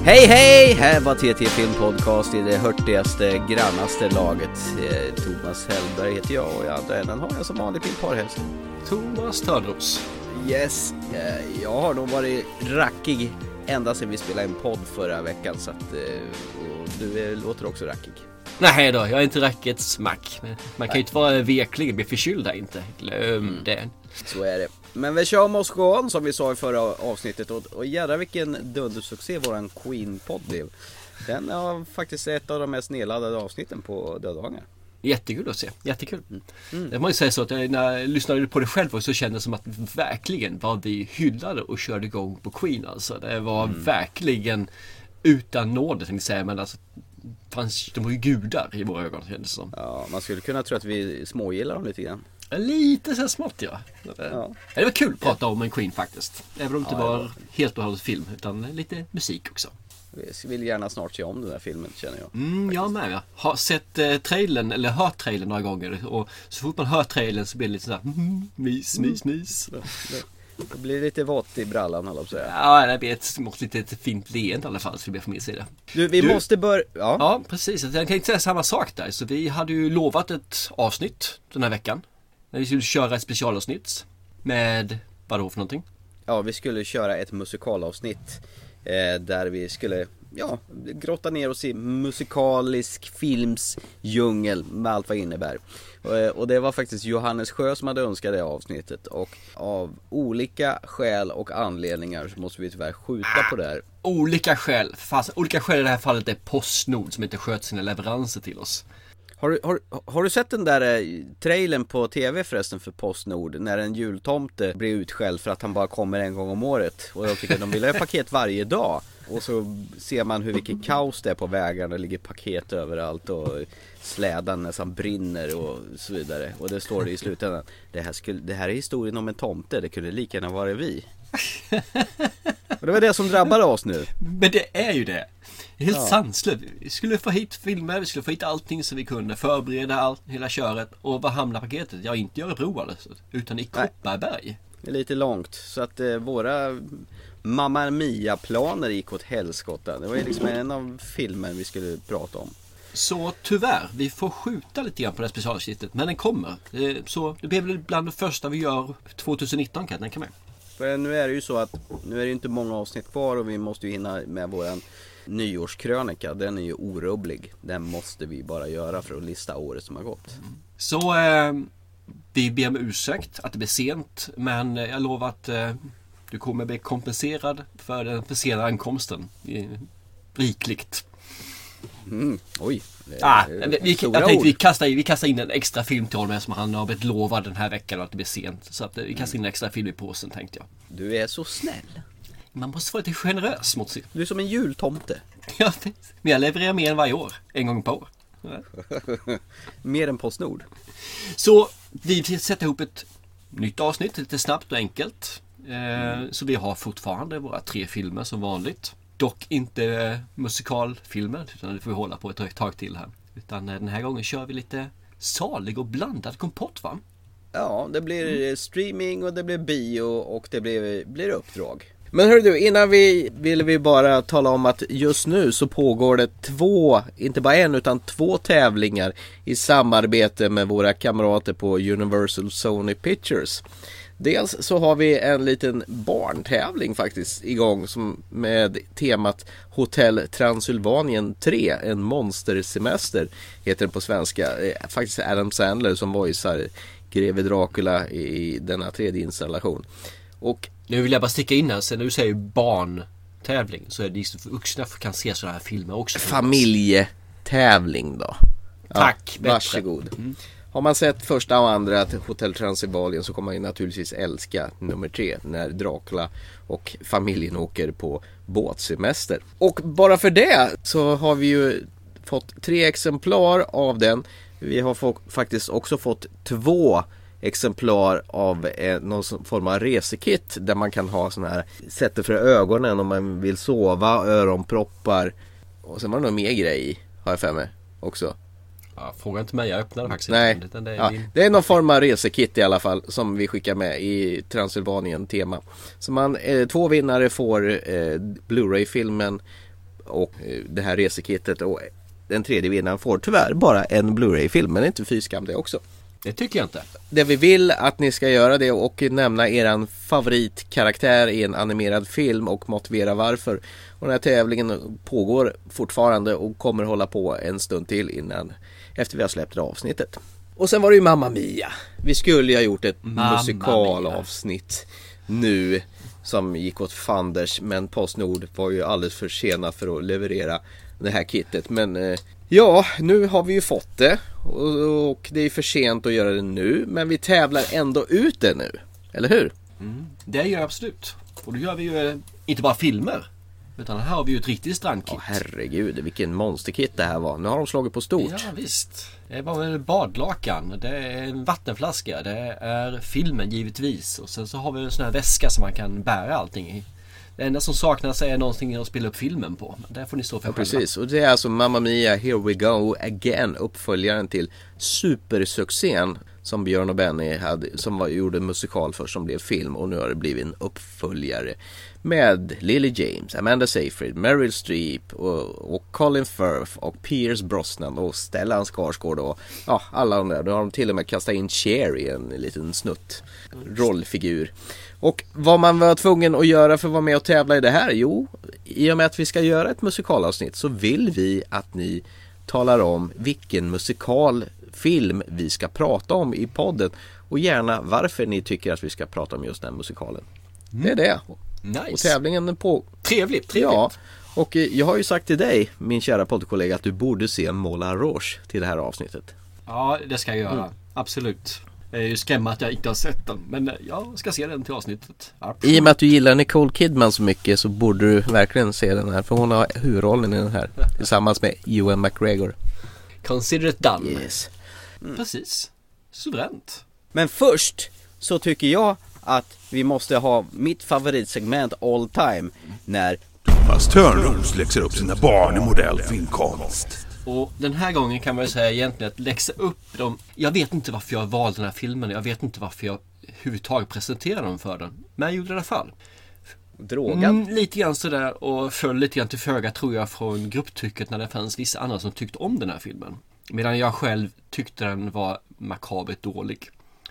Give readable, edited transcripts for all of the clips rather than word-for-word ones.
Hej hej! Här var TT Filmpodcast i det hörtigaste, grannaste laget. Thomas Hellberg heter jag och i andra änden har jag som vanligt min parhälst. Thomas Törnros. Yes, jag har nog varit rackig ända sedan vi spelade en podd förra veckan så att, och du låter också rackig. Nej då, jag är inte rackig ett smack. Man kan ju inte vara veklig och bli förkyld där inte. Glöm det. Så är det. Men vi kör Moskvan som vi sa i förra avsnittet och jävlar vilken dundersuccé våran Queen-podd blev. Den har faktiskt ett av de mest nedladdade avsnitten på Dödvangar. Jättekul att se, jättekul. Det måste ju säga så att när jag lyssnade på det själv så kändes det som att verkligen var vi hyllade och körde igång på Queen alltså. Det var verkligen utan nåd tänkte jag säga, men alltså de var ju gudar i våra ögon kändes det som. Ja, man skulle kunna tro att vi smågillar dem lite grann. Lite så här smått ja. Det var kul att prata om en Queen faktiskt. Även om det inte var helt och hållet film utan lite musik också. Jag vill gärna snart se om den där filmen känner jag. Jag med. Jag har sett trailern eller hört trailern några gånger och så fort man hör trailern så blir det lite sådär mys. Det blir lite vått i brallan håller jag på att säga. Ja, det blir ett fint leende i alla fall så det blir från min sida. Vi måste börja... Ja, precis. Jag kan inte säga samma sak där. Så vi hade ju lovat ett avsnitt den här veckan. När vi skulle köra ett specialavsnitt med vad då för någonting? Ja, vi skulle köra ett musikalavsnitt där vi skulle grotta ner oss i musikalisk films djungel med allt vad det innebär. Och det var faktiskt Johannes Sjö som hade önskat det avsnittet och av olika skäl och anledningar så måste vi tyvärr skjuta på det här. Olika skäl i det här fallet är Postnord som inte sköt sina leveranser till oss. Har du sett den där trailern på tv förresten för Postnord när en jultomte blir utskälld för att han bara kommer en gång om året och jag tycker att de vill ha paket varje dag och så ser man hur vilket kaos det är på vägarna, det ligger paket överallt och slädan nästan brinner och så vidare och det står det i slutändan det här är historien om en tomte, det kunde lika gärna vara vi. Och det var det som drabbade oss nu. Men det är ju det. Helt sanslöst. Vi skulle få hit filmer, vi skulle få hit allting så vi kunde förbereda hela köret. Och vad hamnar paketet? Ja, inte i Örebro alltså, utan i Kopparberg. Det är lite långt. Så att våra Mamma Mia-planer gick åt helskotta. Det var ju liksom en av filmen vi skulle prata om. Så tyvärr, vi får skjuta lite grann på det specialskittet. Men den kommer. Så det blir väl bland det första vi gör 2019 kan jag tänka mig. För nu är det ju så att nu är det inte många avsnitt kvar och vi måste ju hinna med våran nyårskrönika. Den är ju orubblig. Den måste vi bara göra för att lista året som har gått. Så vi ber om ursäkt att det blir sent. Men jag lovar att du kommer bli kompenserad för den försenade ankomsten. Rikligt. Oj. Jag tänkte vi kastar in en extra film till honom som han har blivit lovad den här veckan och att det blir sent. Så att vi kastar in en extra film i påsen tänkte jag. Du är så snäll. Man måste vara lite generös mot sig. Du är som en jultomte. Ja, men jag levererar mer än varje år. En gång på år. Mer än Postnord. Så vi sätter ihop ett nytt avsnitt lite snabbt och enkelt. Så vi har fortfarande våra 3 filmer som vanligt. Dock inte musikalfilmer utan det får vi hålla på ett tag till här. Utan den här gången kör vi lite salig och blandad kompott va? Ja, det blir streaming och det blir bio och det blir uppdrag. Men hörru du, innan vill vi bara tala om att just nu så pågår det inte bara en utan 2 tävlingar i samarbete med våra kamrater på Universal Sony Pictures. Dels så har vi en liten barntävling faktiskt igång med temat Hotel Transylvanien 3, en monstersemester heter den på svenska. Faktiskt Adam Sandler som voicear greve Dracula i denna 3D-installation. Och nu vill jag bara sticka in här, sen när du säger barntävling så är det just vuxna kan se sådana här filmer också. Familjetävling då. Tack, ja, varsågod. Har man sett första och andra att Hotel Transylvanien så kommer man ju naturligtvis älska nummer 3 när Dracula och familjen åker på båtsemester. Och bara för det så har vi ju fått 3 exemplar av den. Vi har faktiskt också fått 2 exemplar av någon form av resekit där man kan ha sån här sätter för ögonen om man vill sova, öronproppar och sen var det någon mer grej har jag för mig också. Ja, fråga inte mig, jag öppnade faktiskt Nej. inte. Det är någon form av resekit i alla fall som vi skickar med i Transylvanien tema. Så 2 vinnare får Blu-ray-filmen och det här resekittet, och den tredje vinnaren får tyvärr bara en Blu-ray-film, men det är inte fy skam det också. Det tycker jag inte. Det vi vill att ni ska göra det och nämna eran favoritkaraktär i en animerad film och motivera varför. Och den här tävlingen pågår fortfarande och kommer hålla på en stund till efter vi har släppt det avsnittet. Och sen var det ju Mamma Mia. Vi skulle ju ha gjort ett musikalavsnitt nu som gick åt fanders, men Postnord var ju alldeles för sena för att leverera det här kittet. Men ja, nu har vi ju fått det och det är för sent att göra det nu, men vi tävlar ändå ut det nu, eller hur? Det gör jag absolut. Och då gör vi ju inte bara filmer, utan här har vi ju ett riktigt strandkit. Herregud, vilken monsterkit det här var. Nu har de slagit på stort. Ja visst. Det var en badlakan, det är en vattenflaska, det är filmen givetvis. Och sen så har vi en sån här väska som man kan bära allting i. Det enda som saknas är någonting att spela upp filmen på. Där får ni stå för själva. Precis, och det är alltså Mamma Mia, Here We Go Again, uppföljaren till supersuccén som Björn och Benny hade, som gjorde en musikal först som blev film, och nu har det blivit en uppföljare med Lily James, Amanda Seyfried, Meryl Streep och Colin Firth och Pierce Brosnan och Stellan Skarsgård och ja, alla de där. Nu har de till och med kastat in Cher i en liten snutt rollfigur. Och vad man var tvungen att göra för att vara med och tävla i det här? Jo, i och med att vi ska göra ett musikalavsnitt så vill vi att ni talar om vilken musikalfilm vi ska prata om i podden, och gärna varför ni tycker att vi ska prata om just den musikalen. Det är det. Nice. Och tävlingen på... Trevligt. Ja, och jag har ju sagt till dig, min kära poddkollega, att du borde se Moulin Rouge till det här avsnittet. Ja, det ska jag göra. Absolut. Det är ju skrämmande att jag inte har sett den, men jag ska se den till avsnittet. I och med att du gillar Nicole Kidman så mycket så borde du verkligen se den här, för hon har huvudrollen i den här tillsammans med Ewan McGregor. Consider it done. Yes. Precis. Suveränt. Men först så tycker jag att vi måste ha mitt favoritsegment all time, när Thomas Törnros läxar upp sina barn i modell filmkonst. Och den här gången kan man ju säga egentligen att läxa upp dem. Jag vet inte varför jag valde den här filmen. Jag vet inte varför jag överhuvudtaget presenterade dem för den. Men jag gjorde det i alla fall. Drogad. Lite grann sådär, och föll lite grann till föga tror jag från grupptycket när det fanns vissa andra som tyckte om den här filmen. Medan jag själv tyckte den var makabert dålig.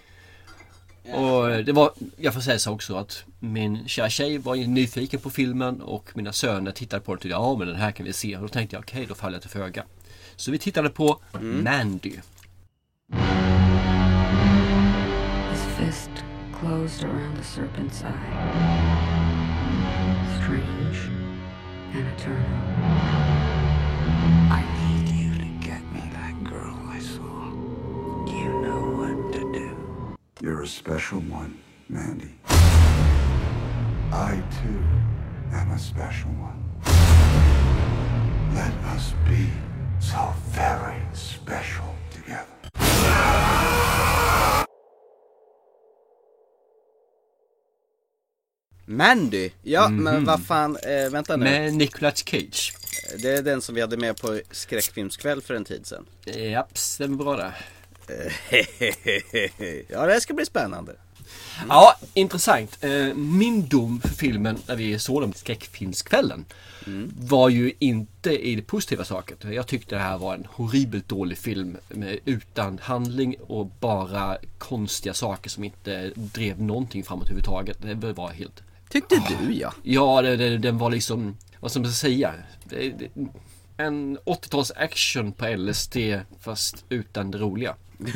Och det var, jag får säga så också, att min kära tjej var nyfiken på filmen och mina söner tittade på den och tyckte, ja men den här kan vi se. Och då tänkte jag, okej, då faller jag till föga. Så vi tittade på Mandy. His fist closed around the serpent's eye. Strange and eternal. I need you to get me that girl I saw. You know what to do. You're a special one, Mandy. I, too, am a special one. Let us be so very special together. Mandy, ja men vad fan, vänta nu. Med Nicolas Cage. Det är den som vi hade med på skräckfilmskväll för en tid sedan. Japp, stämmer bra där. Ja, det ska bli spännande. Ja, intressant. Min dom för filmen när vi såg den skräckfilmskvällen var ju inte i det positiva saker. Jag tyckte det här var en horribelt dålig film utan handling och bara konstiga saker som inte drev någonting framåt överhuvudtaget. Det var helt... Tyckte du, ja? Ja, den var liksom, vad ska man säga? En 80-tals action på LSD fast utan det roliga.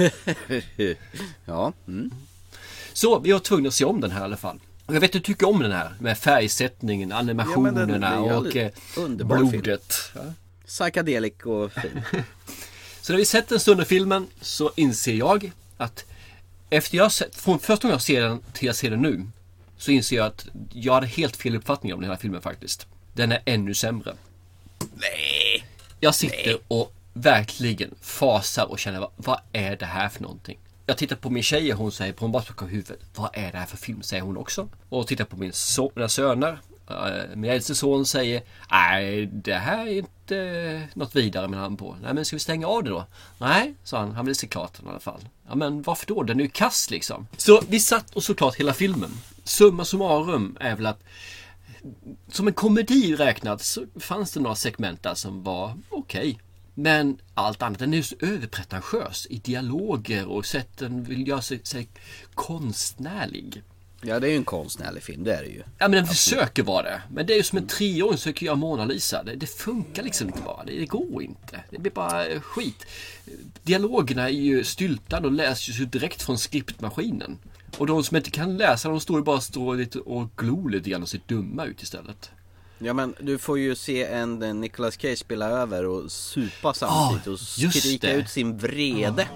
Ja. Så vi har tvungna att se om den här i alla fall. Och jag vet att du tycker om den här med färgsättningen, animationerna och blodet. Ja. Psychedelic och fin. Så när vi sett en stund av filmen så inser jag att efter jag sett, från första gången jag ser den till jag ser den nu, så inser jag att jag hade helt fel uppfattning om den här filmen faktiskt. Den är ännu sämre. Nej. Jag sitter och verkligen fasar och känner, vad är det här för någonting? Jag tittar på min tjej och hon säger på en basbacka av huvudet, vad är det här för film, säger hon också. Och tittar på mina söner. Min äldste son säger, nej det här är inte något vidare med han på. Nej men ska vi stänga av det då? Nej, sa han, han vill se klart den i alla fall. Ja men varför då? Den är ju kass liksom. Så vi satt och såg klart hela filmen. Summa summarum är väl att som en komedi räknat så fanns det några segment där som var okej. Men allt annat, den är ju så överpretentiös i dialoger och sätten vill göra sig konstnärlig. Ja, det är ju en konstnärlig film, det är det ju. Ja, men den försöker vara det. Men det är ju som en 3-åring söker göra Mona Lisa. Det funkar liksom inte bara. Det går inte. Det blir bara skit. Dialogerna är ju styltade och läses ju direkt från skriptmaskinen. Och de som inte kan läsa, de står ju bara lite och glor lite grann och ser dumma ut istället. Ja, men du får ju se en Nicolas Cage spela över och supa samtidigt och skrika ut sin vrede.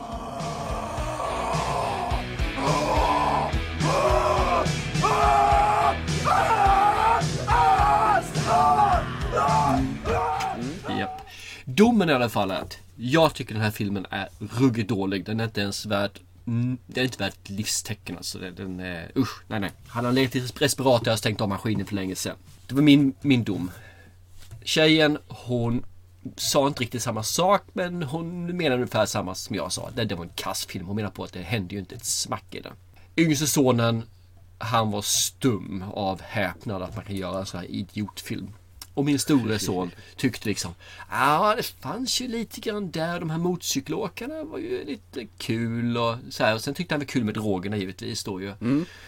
Japp. Domen i alla fall är att jag tycker den här filmen är ruggigt dålig. Den är inte ens värd, det är inte värt livstecken alltså. Den är, usch, nej. Han har legat i respirator och stängt av maskinen för länge sedan. Det var min dom. Tjejen, hon sa inte riktigt samma sak, men hon menade ungefär samma som jag sa. Det var en kassfilm. Hon menar på att det hände ju inte ett smack i den. Yngste sonen, han var stum av häpnad att man kan göra en sån här idiotfilm. Och min store son tyckte liksom, det fanns ju lite grann där, de här motorcykelåkarna var ju lite kul och så här. Och sen tyckte han var kul med drogerna givetvis då ju.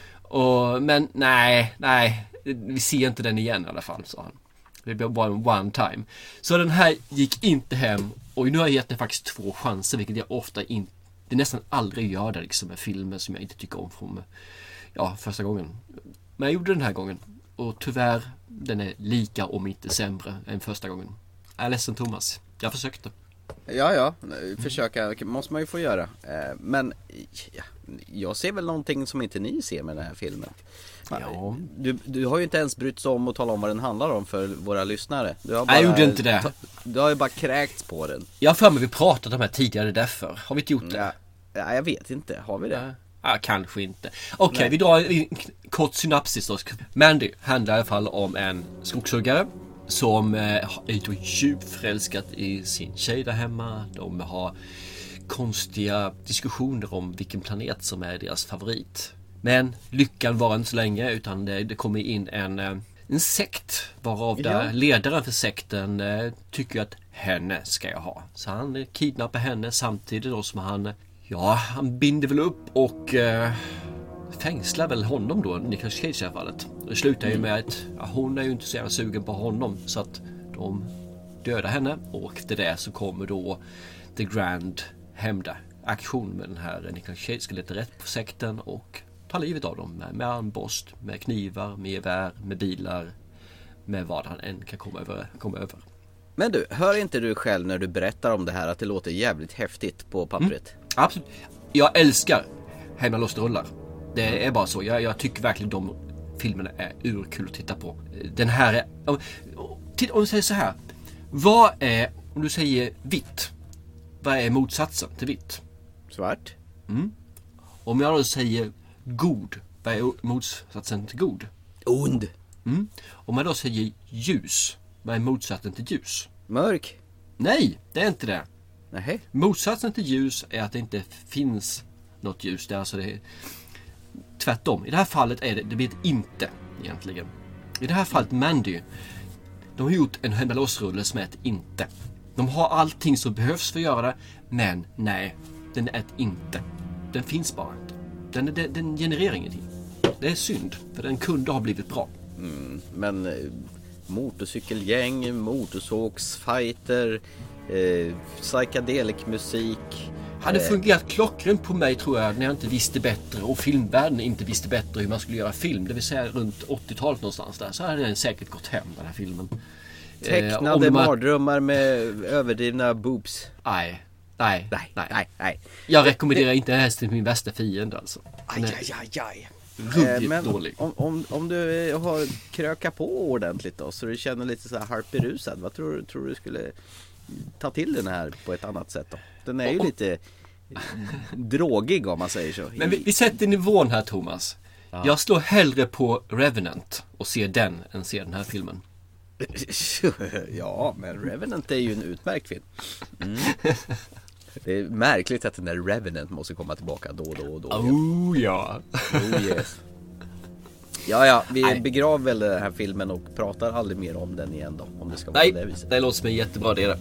Men nej, vi ser inte den igen i alla fall, sa han. Det blev bara en one time. Så den här gick inte hem, och nu har jag gett den faktiskt 2 chanser, vilket jag ofta inte, det nästan aldrig gör det liksom med filmer som jag inte tycker om från första gången. Men jag gjorde den här gången. Och tyvärr, den är lika om inte sämre än första gången. Jag är ledsen, Thomas. Jag försökte. Ja, försöka måste man ju få göra. Men jag ser väl någonting som inte ni ser med den här filmen. Ja. Du har ju inte ens brytt sig om att tala om vad den handlar om för våra lyssnare. Jag gjorde inte det. Du har ju bara kräkts på den. Jag har för mig vi pratat om det här tidigare därför. Har vi inte gjort det? Ja, jag vet inte. Har vi det? Ja, kanske inte. Okej, vi drar en kort synopsis då. Mandy handlar i alla fall om en skogshuggare som är då djupt förälskad i sin tjej där hemma. De har konstiga diskussioner om vilken planet som är deras favorit. Men lyckan var inte så länge, utan det kommer in en sekt varav där ledaren för sekten tycker att henne ska jag ha. Så han kidnappar henne samtidigt då som han binder väl upp och fängslar väl honom då, Nicolas Cage i alla fallet. Det slutar ju med att hon är ju inte så jävla sugen på honom, så att de dödar henne, och efter det så kommer då The Grand hämnda aktion med den här Nicolas Cage ska leta rätt på sekten och ta livet av dem med armborst, med knivar, med gevär, med bilar, med vad han än kan komma över. Men du, hör inte du själv när du berättar om det här att det låter jävligt häftigt på pappret? Absolut. Jag älskar Hemma låsta rullar. Det är bara så. Jag tycker verkligen de filmerna är urkul att titta på. Den här är... Om du säger så här. Vad är, om du säger vitt, vad är motsatsen till vitt? Svart. Om jag då säger god, vad är motsatsen till god? Ond. Om jag då säger ljus, vad är motsatsen till ljus? Mörk. Nej, det är inte det. Nej. Motsatsen till ljus är att det inte finns något ljus. Det är alltså det. Tvärtom. I det här fallet är det blir ett inte egentligen. I det här fallet Mandy, de har gjort en hemmalåsrulle som är ett inte. De har allting som behövs för att göra det, men nej, den är ett inte. Den finns bara inte. Den genererar ingenting. Det är synd, för den kunde ha blivit bra. Men motorcykelgäng, motorsågsfighter, psychedelic musik. Hade fungerat klockrent på mig, tror jag, när jag inte visste bättre och filmvärlden inte visste bättre hur man skulle göra film. Det vill säga runt 80-talet någonstans där. Så hade den säkert gått hem, den här filmen. Tecknade mardrömmar med överdrivna boobs. Nej. Jag rekommenderar inte ens till min bästa fiende alltså. Aj. Ruggigt dålig. Om du har krökat på ordentligt då, så du känner lite så här halvberusad, vad tror du skulle ta till den här på ett annat sätt då? Den är ju lite drogig om man säger så. Men vi sätter nivån här, Thomas. Ja. Jag slår hellre på Revenant och ser den än ser den här filmen. Ja, men Revenant är ju en utmärkt film. Det är märkligt att den där Revenant måste komma tillbaka då och då. Oh ja. Oh yes. Ja, vi begraver väl den här filmen och pratar aldrig mer om den igen då, om det ska vara det viset. Det låter som en jättebra idé.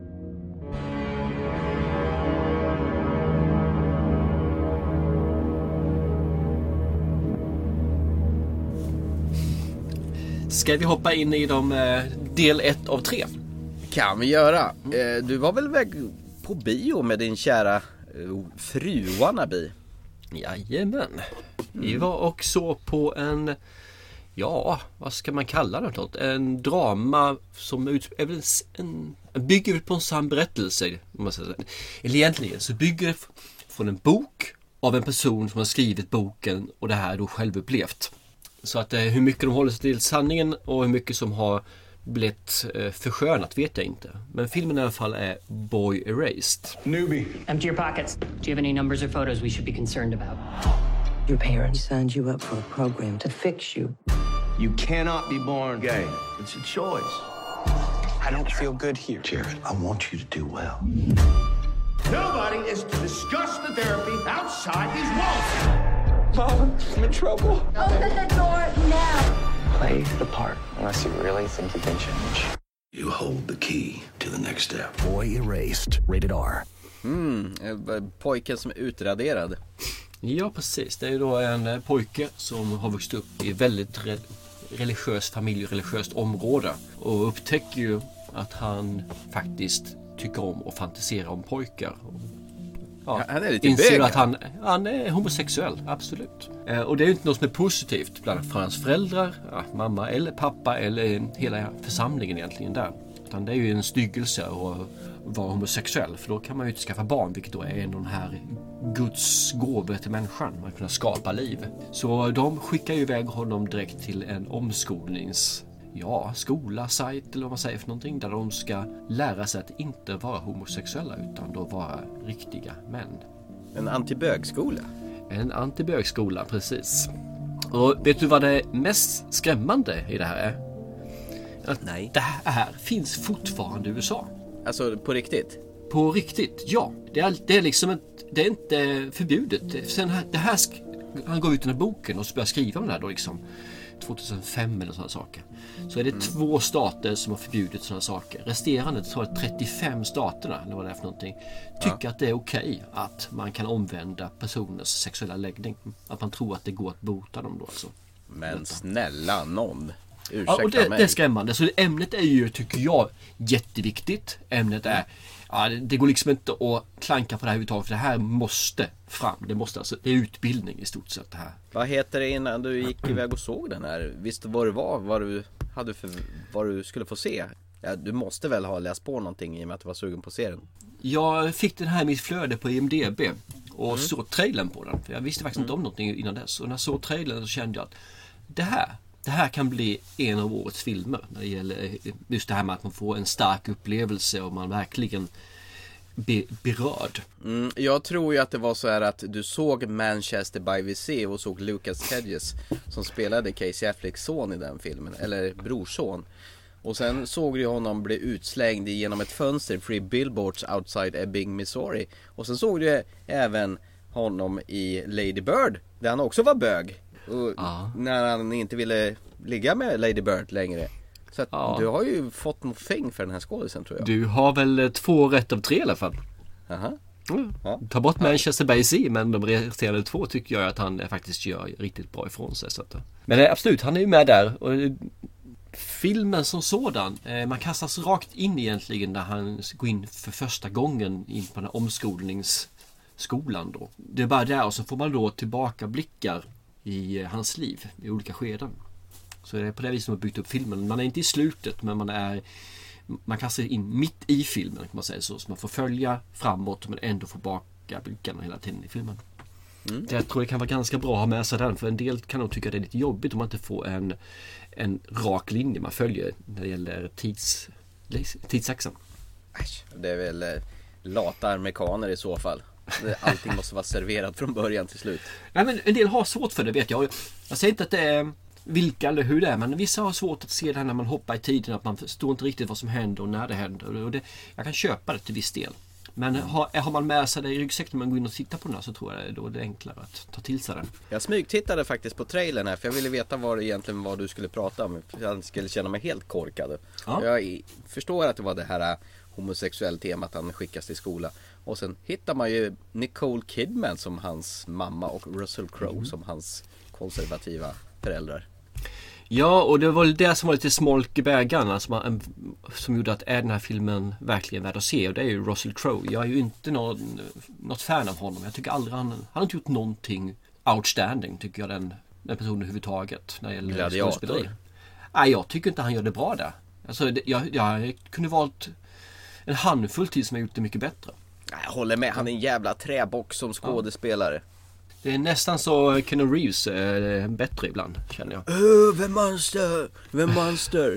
Ska vi hoppa in i del 1 av 3? Kan vi göra. Du var väl väg på bio med din kära fru Wannabe? Jajamän. Vi var också på en, vad ska man kalla det något? En drama som bygger på en sann berättelse. Om man säger. Eller egentligen så bygger det från en bok av en person som har skrivit boken och det här då självupplevt. Så att hur mycket de håller sig till sanningen och hur mycket som har blivit förskönat vet jag inte. Men filmen i alla fall är Boy Erased. Newbie. Empty your pockets. Do you have any numbers or photos we should be concerned about? Your parents signed you up for a program to fix you. You cannot be born gay. It's a choice. I don't feel good here. Jared, I want you to do well. Nobody is to discuss the therapy outside these walls. Mom, I'm in trouble. Open the door now. Play the part unless you really think you can change. You hold the key to the next step. Boy Erased, rated R. Pojken som är utraderad. Ja, precis. Det är ju då en pojke som har vuxit upp i väldigt religiös familj och religiöst område och upptäcker ju att han faktiskt tycker om att fantisera om pojkar. Ja, han är lite inser bög, att han är homosexuell, absolut. Och det är ju inte något som är positivt bland hans föräldrar, mamma eller pappa eller hela församlingen egentligen där. Utan det är ju en styggelse att vara homosexuell, för då kan man ju inte skaffa barn, vilket då är en av de här Guds gåvor till människan, man kan skapa liv. Så de skickar ju iväg honom direkt till en skola, sajt eller vad man säger för någonting, där de ska lära sig att inte vara homosexuella utan då vara riktiga män. En antibögskola? En antibögskola, precis. Och vet du vad det mest skrämmande i det här är? Att nej. Det här finns fortfarande i USA. Alltså på riktigt? På riktigt, ja. Det är liksom det är inte förbjudet. Sen han går ut den här boken och så börjar skriva om det här då liksom 2005 eller sådana saker. Så är det 2 stater som har förbjudit sådana saker. Resterande, så är det 35 staterna, eller vad det är för någonting, tycker att det är okej att man kan omvända personers sexuella läggning. Att man tror att det går att bota dem då alltså. Men snälla någon. Ursäkta och det är skrämmande. Så ämnet är ju, tycker jag, jätteviktigt. Ämnet är, det går liksom inte att klanka på det här överhuvudtaget, för det här måste fram. Det är utbildning i stort sett det här. Vad heter det innan du gick iväg och såg den här? Visste vad det var? Vad du skulle få se? Ja, du måste väl ha läst på någonting i och med att du var sugen på serien? Jag fick den här i mitt flöde på IMDb och såg trailern på den. För jag visste faktiskt inte om någonting innan dess. Och när jag såg trailern så kände jag att det här kan bli en av årets filmer när det gäller just det här med att man får en stark upplevelse och man verkligen blir berörd. Jag tror ju att det var så här att du såg Manchester by the Sea och såg Lucas Hedges som spelade Casey Afflecks son i den filmen, eller brorson. Och sen såg du honom bli utslängd genom ett fönster, 3 billboards outside Ebbing, Missouri. Och sen såg du även honom i Lady Bird, där han också var bög. Och när han inte ville ligga med Lady Bird längre. Så att du har ju fått något fäng för den här skådisen, tror jag. Du har väl 2 rätt av 3 i alla fall. Ta bort Manchester by Sea, men de resterande 2 tycker jag att han faktiskt gör riktigt bra ifrån sig. Så att, men absolut, han är ju med där. Och filmen som sådan, man kastas rakt in egentligen när han går in för första gången in på den här omskolningsskolan då. Det är bara där, och så får man då tillbaka blickar i hans liv i olika skeden. Så det är på det viset man har byggt upp filmen. Man är inte i slutet, men man kastar in mitt i filmen, kan man säga så man får följa framåt men ändå få baka blickarna hela tiden i filmen. Jag tror det kan vara ganska bra att ha med sig den, för en del kan nog tycka att det är lite jobbigt om man inte får en rak linje man följer när det gäller tidsaxeln. Det är väl lata amerikaner i så fall. Allting måste vara serverat från början till slut. Nej, men en del har svårt för det, vet jag. Jag säger inte att det är vilka eller hur det är, men vissa har svårt att se det här när man hoppar i tiden, att man förstår inte riktigt vad som händer och när det händer. Och jag kan köpa det till viss del. Men har man med sig det i ryggsäcken när man går in och tittar på den här, så tror jag då är det enklare att ta till sig den. Jag smygtittade faktiskt på trailern här, för jag ville veta vad det egentligen var du skulle prata om. För jag skulle känna mig helt korkad. Ja. Jag förstår att det var det här homosexuell temat, han skickas till skola. Och sen hittar man ju Nicole Kidman som hans mamma och Russell Crowe som hans konservativa föräldrar. Ja, och det var det som var lite smolk i bägaren som gjorde att är den här filmen verkligen värd att se, och det är ju Russell Crowe. Jag är ju inte något fan av honom. Jag tycker aldrig han har inte gjort någonting outstanding, tycker jag, den personen överhuvudtaget när det gäller skådespeleri. Nej, jag tycker inte han gör det bra där. Alltså, jag kunde valt en handfull till som har gjort det mycket bättre. Jag håller med, han är en jävla träbock som skådespelare. Det är nästan så Keanu Reeves är bättre ibland, känner jag. The monster.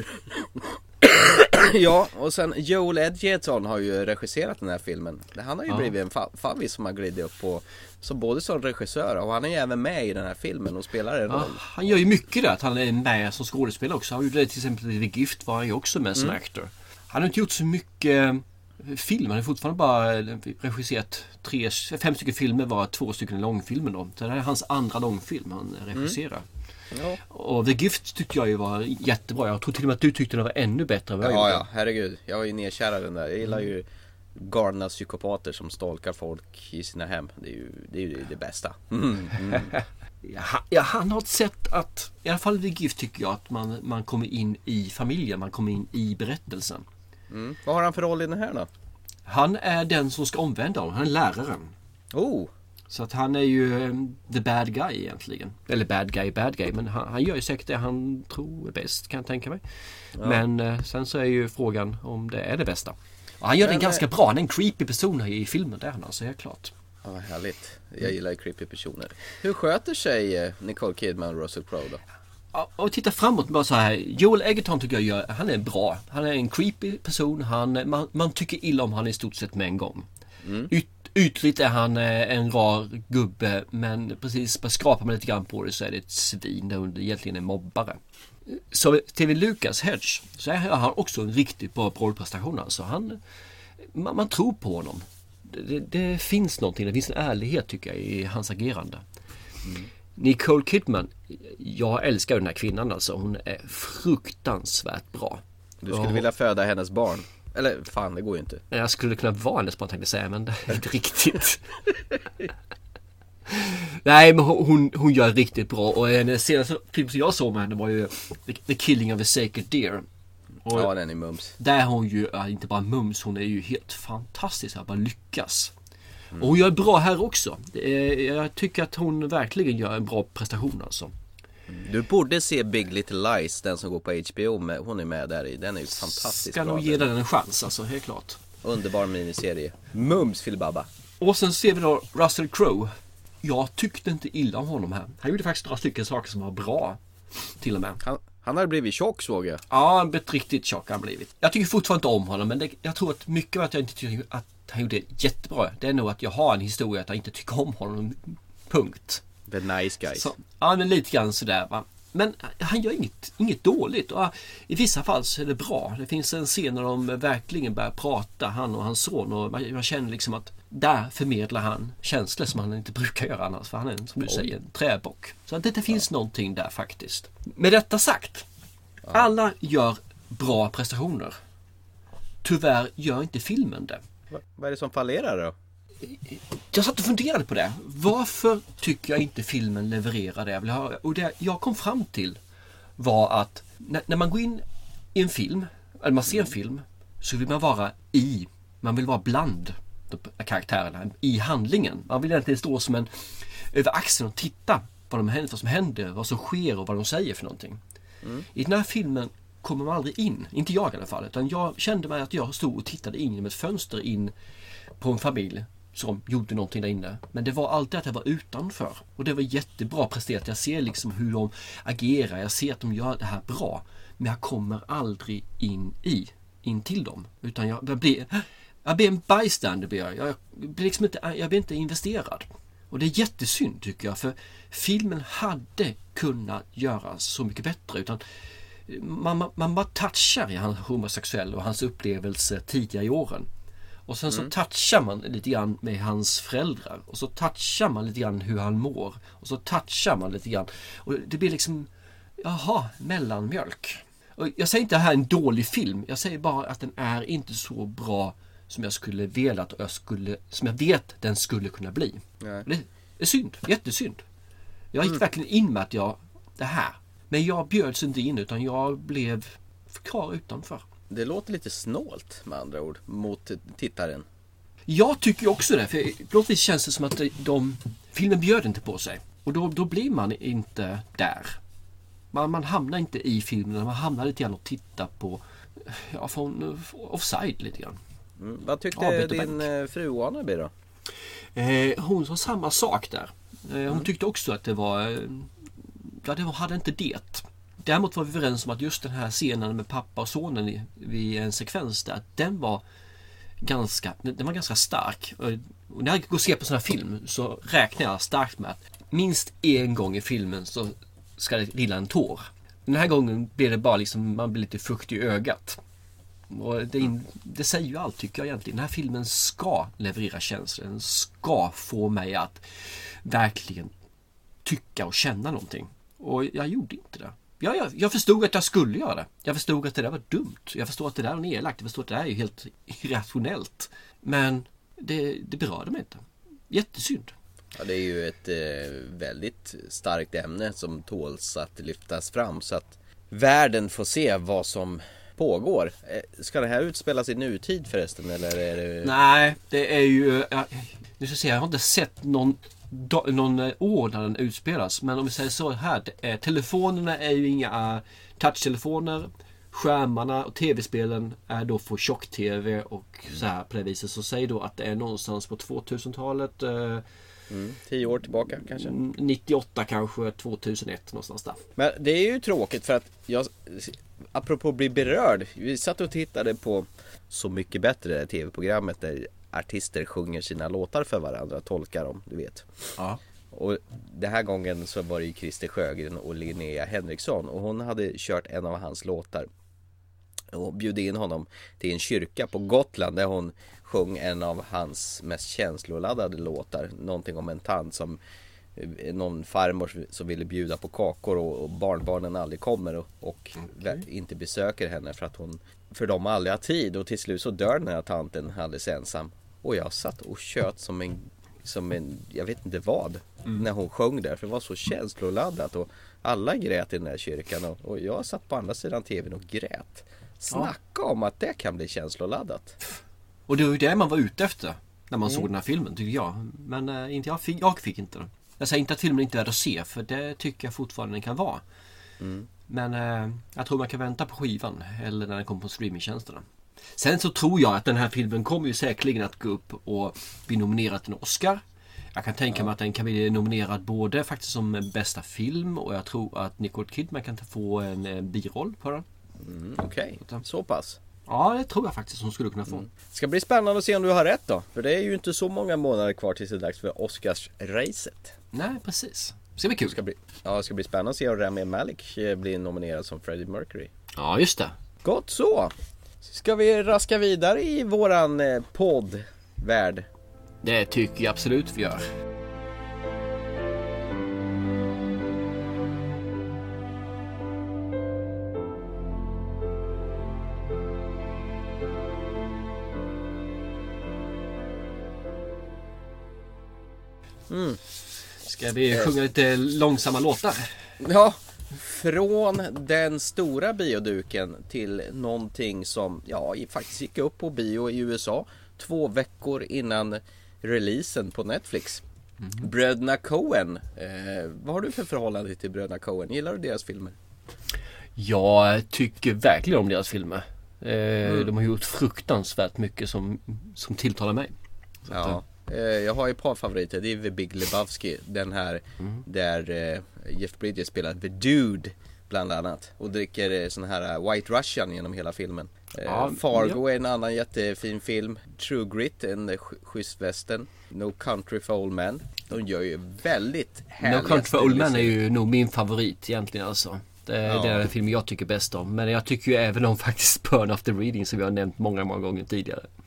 Ja, och sen Joel Edgerton har ju regisserat den här filmen. Han har ju blivit en favvis som har glidit upp på, som både som regissör, och han är ju även med i den här filmen och spelar en roll. Han gör ju mycket där, att han är med som skådespelare också. Han gjorde det till exempel i The Gift, var han ju också med som actor. Han har inte gjort så mycket film, han har fortfarande bara regisserat 5 stycken filmer, var 2 stycken långfilmer då. Så det här är hans andra långfilm han regisserar. Ja. Och The Gift tyckte jag ju var jättebra. Jag tror till och med att du tyckte den var ännu bättre än vad jag gjorde. Ja, herregud. Jag var ju nedkärad den där. Jag gillar ju galna psykopater som stalkar folk i sina hem. Det är ju det bästa. Ja, han har ett sätt att, i alla fall The Gift tycker jag, att man kommer in i familjen, man kommer in i berättelsen. Vad har han för roll i den här då? Han är den som ska omvända honom. Han är läraren. Så att han är ju the bad guy egentligen. Eller bad guy. Men han gör ju säkert det han tror är bäst, kan jag tänka mig. Ja. Men sen så är ju frågan om det är det bästa. Och han gör det ganska bra. Han är en creepy person här i filmen. Det är han alltså, helt klart. Ja, härligt. Jag gillar creepy personer. Hur sköter sig Nicole Kidman och Russell Crowe då? Och titta framåt bara så här. Joel Edgerton tycker jag han är bra. Han är en creepy person. Man tycker illa om han i stort sett med en gång. Ytligt är han en rar gubbe, men precis bara skrapar man lite grann på det så är det ett svin där under egentligen en mobbare. Så TV Lucas Hedge, så är han också en riktigt bra rollprestation. Alltså man tror på honom. Det finns någonting, det finns en ärlighet tycker jag i hans agerande. Nicole Kidman, jag älskar den här kvinnan alltså. Hon är fruktansvärt bra. Du skulle vilja föda hennes barn. Eller fan, det går ju inte. Jag skulle kunna vara hennes barn, tänkte jag säga, men det är inte riktigt. Nej, men hon gör riktigt bra. Och den senaste film som jag såg med henne var ju The Killing of a Sacred Deer. Och ja, den är mums. Där hon ju inte bara mums, hon är ju helt fantastisk. Att bara lyckas. Och hon gör bra här också. Jag tycker att hon verkligen gör en bra prestation alltså. Du borde se Big Little Lies, den som går på HBO. Hon är med där i. Den är ju fantastiskt bra. Ska nog ge den en chans alltså, helt klart. Underbar miniserie. Mums Filibaba. Och sen ser vi då Russell Crowe. Jag tyckte inte illa om honom här. Han gjorde faktiskt några stycken saker som var bra. Till och med. Han har blivit tjock, såg jag. Ja, han blivit riktigt tjock han blivit. Jag tycker fortfarande inte om honom, men jag tror att mycket av att jag inte tycker att han gjorde jättebra. Det är nog att jag har en historia att jag inte tycker om honom. Punkt. The nice guys. Så, ja, men lite grann sådär va. Men han gör inget dåligt. Och i vissa fall så är det bra. Det finns en scen när de verkligen börjar prata, han och hans son. Och man känner liksom att där förmedlar han känslor som han inte brukar göra annars. För han är, som du säger, en träbock. Så att det finns någonting där faktiskt. Med detta sagt. Alla gör bra prestationer. Tyvärr gör inte filmen det. Vad är det som fallerar då? Jag satt och funderade på det. Varför tycker jag inte filmen levererar det? Och det jag kom fram till var att när man går in i en film, eller man ser en film, så vill man vara man vill vara bland karaktärerna i handlingen. Man vill egentligen stå som en över axeln och titta vad som händer, vad som sker och vad de säger för någonting. I den här filmen kommer man aldrig in, inte jag i alla fall, utan jag kände mig att jag stod och tittade in genom ett fönster in på en familj som gjorde någonting där inne. Men det var alltid att jag var utanför. Och det var jättebra presterat. Jag ser liksom hur de agerar. Jag ser att de gör det här bra. Men jag kommer aldrig in till dem. Utan jag blir en bystander. Jag blir inte investerad. Och det är jättesynd tycker jag. För filmen hade kunnat göras så mycket bättre. Utan man bara touchar i hans homosexuell och hans upplevelse tidigare i åren. Och sen så touchar man lite grann med hans föräldrar. Och så touchar man lite grann hur han mår. Och så touchar man lite grann. Och det blir liksom, mellanmjölk. Och jag säger inte att det här är en dålig film. Jag säger bara att den är inte så bra som jag skulle velat och som jag vet den skulle kunna bli. Det är synd, jättesynd. Jag gick verkligen in med att det här. Men jag bjöds inte in utan jag blev kvar utanför. Det låter lite snålt med andra ord mot tittaren. Jag tycker också det. För på något vis känns det som att filmen bjöd inte på sig. Och då blir man inte där. Man hamnar inte i filmen. Man hamnar lite grann och tittar på från offside lite grann. Vad tyckte din fru Annaby då? Hon sa samma sak där. Hon tyckte också att det var... det hade inte det. Däremot var vi överens om att just den här scenen med pappa och sonen vid en sekvens där, den var ganska stark. Och när jag går och ser på sån här film så räknar jag starkt med att minst en gång i filmen så ska det rilla en tår. Den här gången blir det bara liksom, man blir lite fuktig i ögat. Och det säger ju allt tycker jag egentligen. Den här filmen ska leverera känslor. Den ska få mig att verkligen tycka och känna någonting. Och jag gjorde inte det. Jag förstod att jag skulle göra det. Jag förstod att det där var dumt. Jag förstod att det där var nedlagt. Jag förstod att det där är helt irrationellt. Men det berörde mig inte. Jättesynd. Ja, det är ju ett väldigt starkt ämne som tåls att lyftas fram så att världen får se vad som pågår. Ska det här utspelas i nutid förresten eller är det... Nej, det är ju... Nu ska jag säga, jag har inte sett någon år när den utspelas. Men om vi säger så här, telefonerna är ju inga touchtelefoner. Skärmarna och tv-spelen är då för tjock-tv och så här på det viset. Så säg då att det är någonstans på 2000-talet. 10 år tillbaka kanske. 98 kanske, 2001 någonstans där. Men det är ju tråkigt för att apropå bli berörd. Vi satt och tittade på Så mycket bättre tv-programmet där artister sjunger sina låtar för varandra, tolkar dem, du vet. Ja. Och den här gången så var det ju Christer Sjögren och Linnea Henriksson och hon hade kört en av hans låtar och bjöd in honom till en kyrka på Gotland där hon sjöng en av hans mest känsloladdade låtar, någonting om en tant som någon farmor som ville bjuda på kakor och barnbarnen aldrig kommer och inte besöker henne för de aldrig har tid och till slut så dör den här tanten alldeles ensam. Och jag satt och tjöt som en jag vet inte vad när hon sjöng där för det var så känsloladdat och alla grät i den här kyrkan och jag satt på andra sidan tvn och grät. Snacka om att det kan bli känsloladdat. Och det var ju det man var ute efter när man såg den här filmen tycker jag. Men inte jag fick inte det. Jag säger inte att filmen inte är värd att se för det tycker jag fortfarande den kan vara. Men jag tror man kan vänta på skivan eller när den kommer på streamingtjänsterna. Sen så tror jag att den här filmen kommer ju säkerligen att gå upp och bli nominerad till en Oscar. Jag kan tänka mig att den kan bli nominerad både faktiskt som bästa film och jag tror att Nicole Kidman kan få en biroll på den. Okej, så pass. Ja, det tror jag faktiskt hon skulle kunna få. Ska bli spännande att se om du har rätt då. För det är ju inte så många månader kvar tills det är dags för Oscars-racet. Nej, precis. Det ska bli kul. Det ska bli spännande att se om Rami Malek blir nominerad som Freddie Mercury. Ja, just det. Gott så. Ska vi raska vidare i våran poddvärld? Det tycker jag absolut vi gör. Ska vi sjunga lite långsamma låtar? Ja, från den stora bioduken till någonting som faktiskt gick upp på bio i USA 2 veckor innan releasen på Netflix. Bröderna Coen. Vad har du för förhållande till Bröderna Coen? Gillar du deras filmer? Jag tycker verkligen om deras filmer. De har gjort fruktansvärt mycket som tilltalar mig. Så jag har ett par favoriter. Det är The Big Lebowski. Den här där Jeff Bridges spelar The Dude bland annat. Och dricker sån här White Russian genom hela filmen. Fargo är en annan jättefin film. True Grit, en schysst västern. No Country for Old Men. De gör ju väldigt härliga. No Country for Old Men är ju nog min favorit egentligen alltså. Det är den filmen jag tycker bäst om. Men jag tycker ju även om faktiskt Burn After Reading som vi har nämnt många gånger tidigare.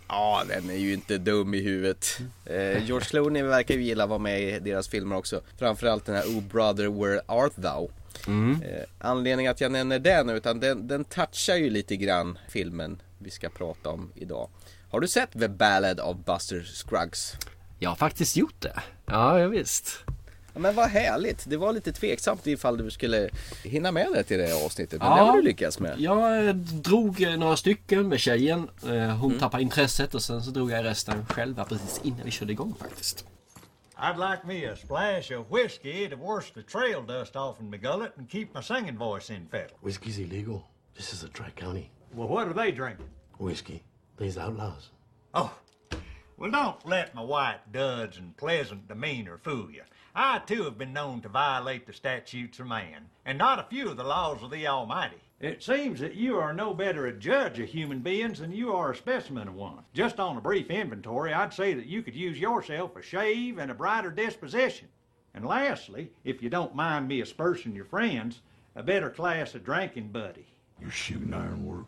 Ja, den är ju inte dum i huvudet. George Clooney verkar ju gilla att vara med i deras filmer också. Framförallt den här Oh Brother Where Art Thou. Anledningen att jag nämner den, utan den touchar ju lite grann filmen vi ska prata om idag. Har du sett The Ballad of Buster Scruggs? Jag har faktiskt gjort det. Ja, visst. Ja, men vad härligt. Det var lite tveksamt ifall du skulle hinna med det till det här avsnittet. Men ja, det har du lyckats med. Jag drog några stycken med tjejen. Hon tappade intresset och sen så drog jag resten själva precis innan vi körde igång faktiskt. I'd like me a splash of whiskey to wash the trail dust off in my gullet and keep my singing voice in fettle. Whiskey's illegal. This is a Tri-County. Well, what are they drinking? Whiskey. These outlaws. Oh, well, don't let my white duds and pleasant demeanor fool you. I, too, have been known to violate the statutes of man, and not a few of the laws of the Almighty. It seems that you are no better a judge of human beings than you are a specimen of one. Just on a brief inventory, I'd say that you could use yourself a shave and a brighter disposition. And lastly, if you don't mind me aspersing your friends, a better class of drinking buddy. You're shooting iron work.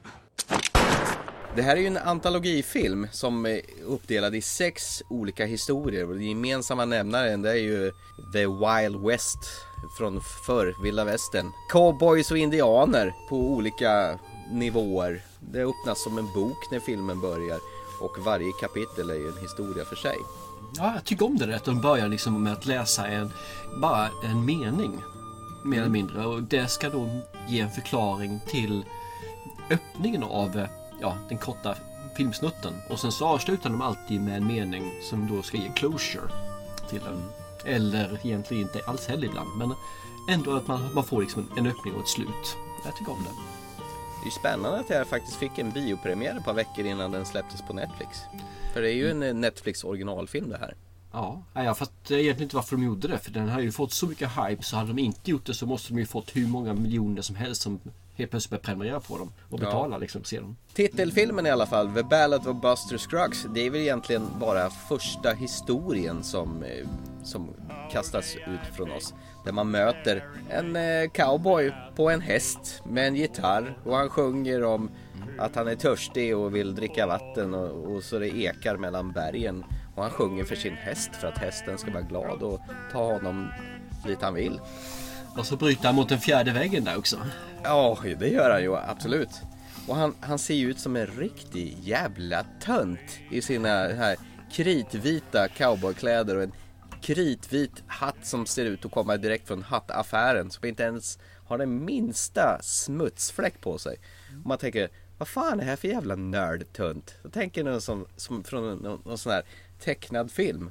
Det här är ju en antologifilm som är uppdelad i 6 olika historier. Och den gemensamma nämnaren, det är ju The Wild West från förr, Vilda Västern. Cowboys och indianer på olika nivåer. Det öppnas som en bok när filmen börjar. Och varje kapitel är ju en historia för sig. Ja, jag tycker om det att de börjar liksom med att läsa bara en mening. Mer eller mindre. Och det ska då ge en förklaring till öppningen av den korta filmsnutten. Och sen så avslutar de alltid med en mening som då ska ge closure till den. Eller egentligen inte alls heller ibland. Men ändå att man får liksom en öppning och ett slut. Jag tycker om det. Det är ju spännande att jag faktiskt fick en biopremiär ett par veckor innan den släpptes på Netflix. För det är ju en Netflix originalfilm det här. Ja, jag fattar egentligen inte varför de gjorde det. För den har ju fått så mycket hype, så hade de inte gjort det så måste de ju fått hur många miljoner som helst som helt plötsligt börjar prenumerera på dem och betala liksom, ser dem. Titelfilmen i alla fall, The Ballad of Buster Scruggs, det är väl egentligen bara första historien som kastas ut från oss. Där man möter en cowboy på en häst med en gitarr och han sjunger om att han är törstig och vill dricka vatten och så det ekar mellan bergen. Och han sjunger för sin häst för att hästen ska vara glad och ta honom dit han vill. Och så bryter han mot den fjärde väggen där också. Ja, det gör han ju, absolut. Och han ser ju ut som en riktig jävla tönt i sina här kritvita cowboykläder och en kritvit hatt som ser ut att komma direkt från hattaffären, som inte ens har den minsta smutsfläck på sig. Och man tänker, vad fan är det här för jävla nördtönt? Jag tänker någon som från någon sån här tecknad film.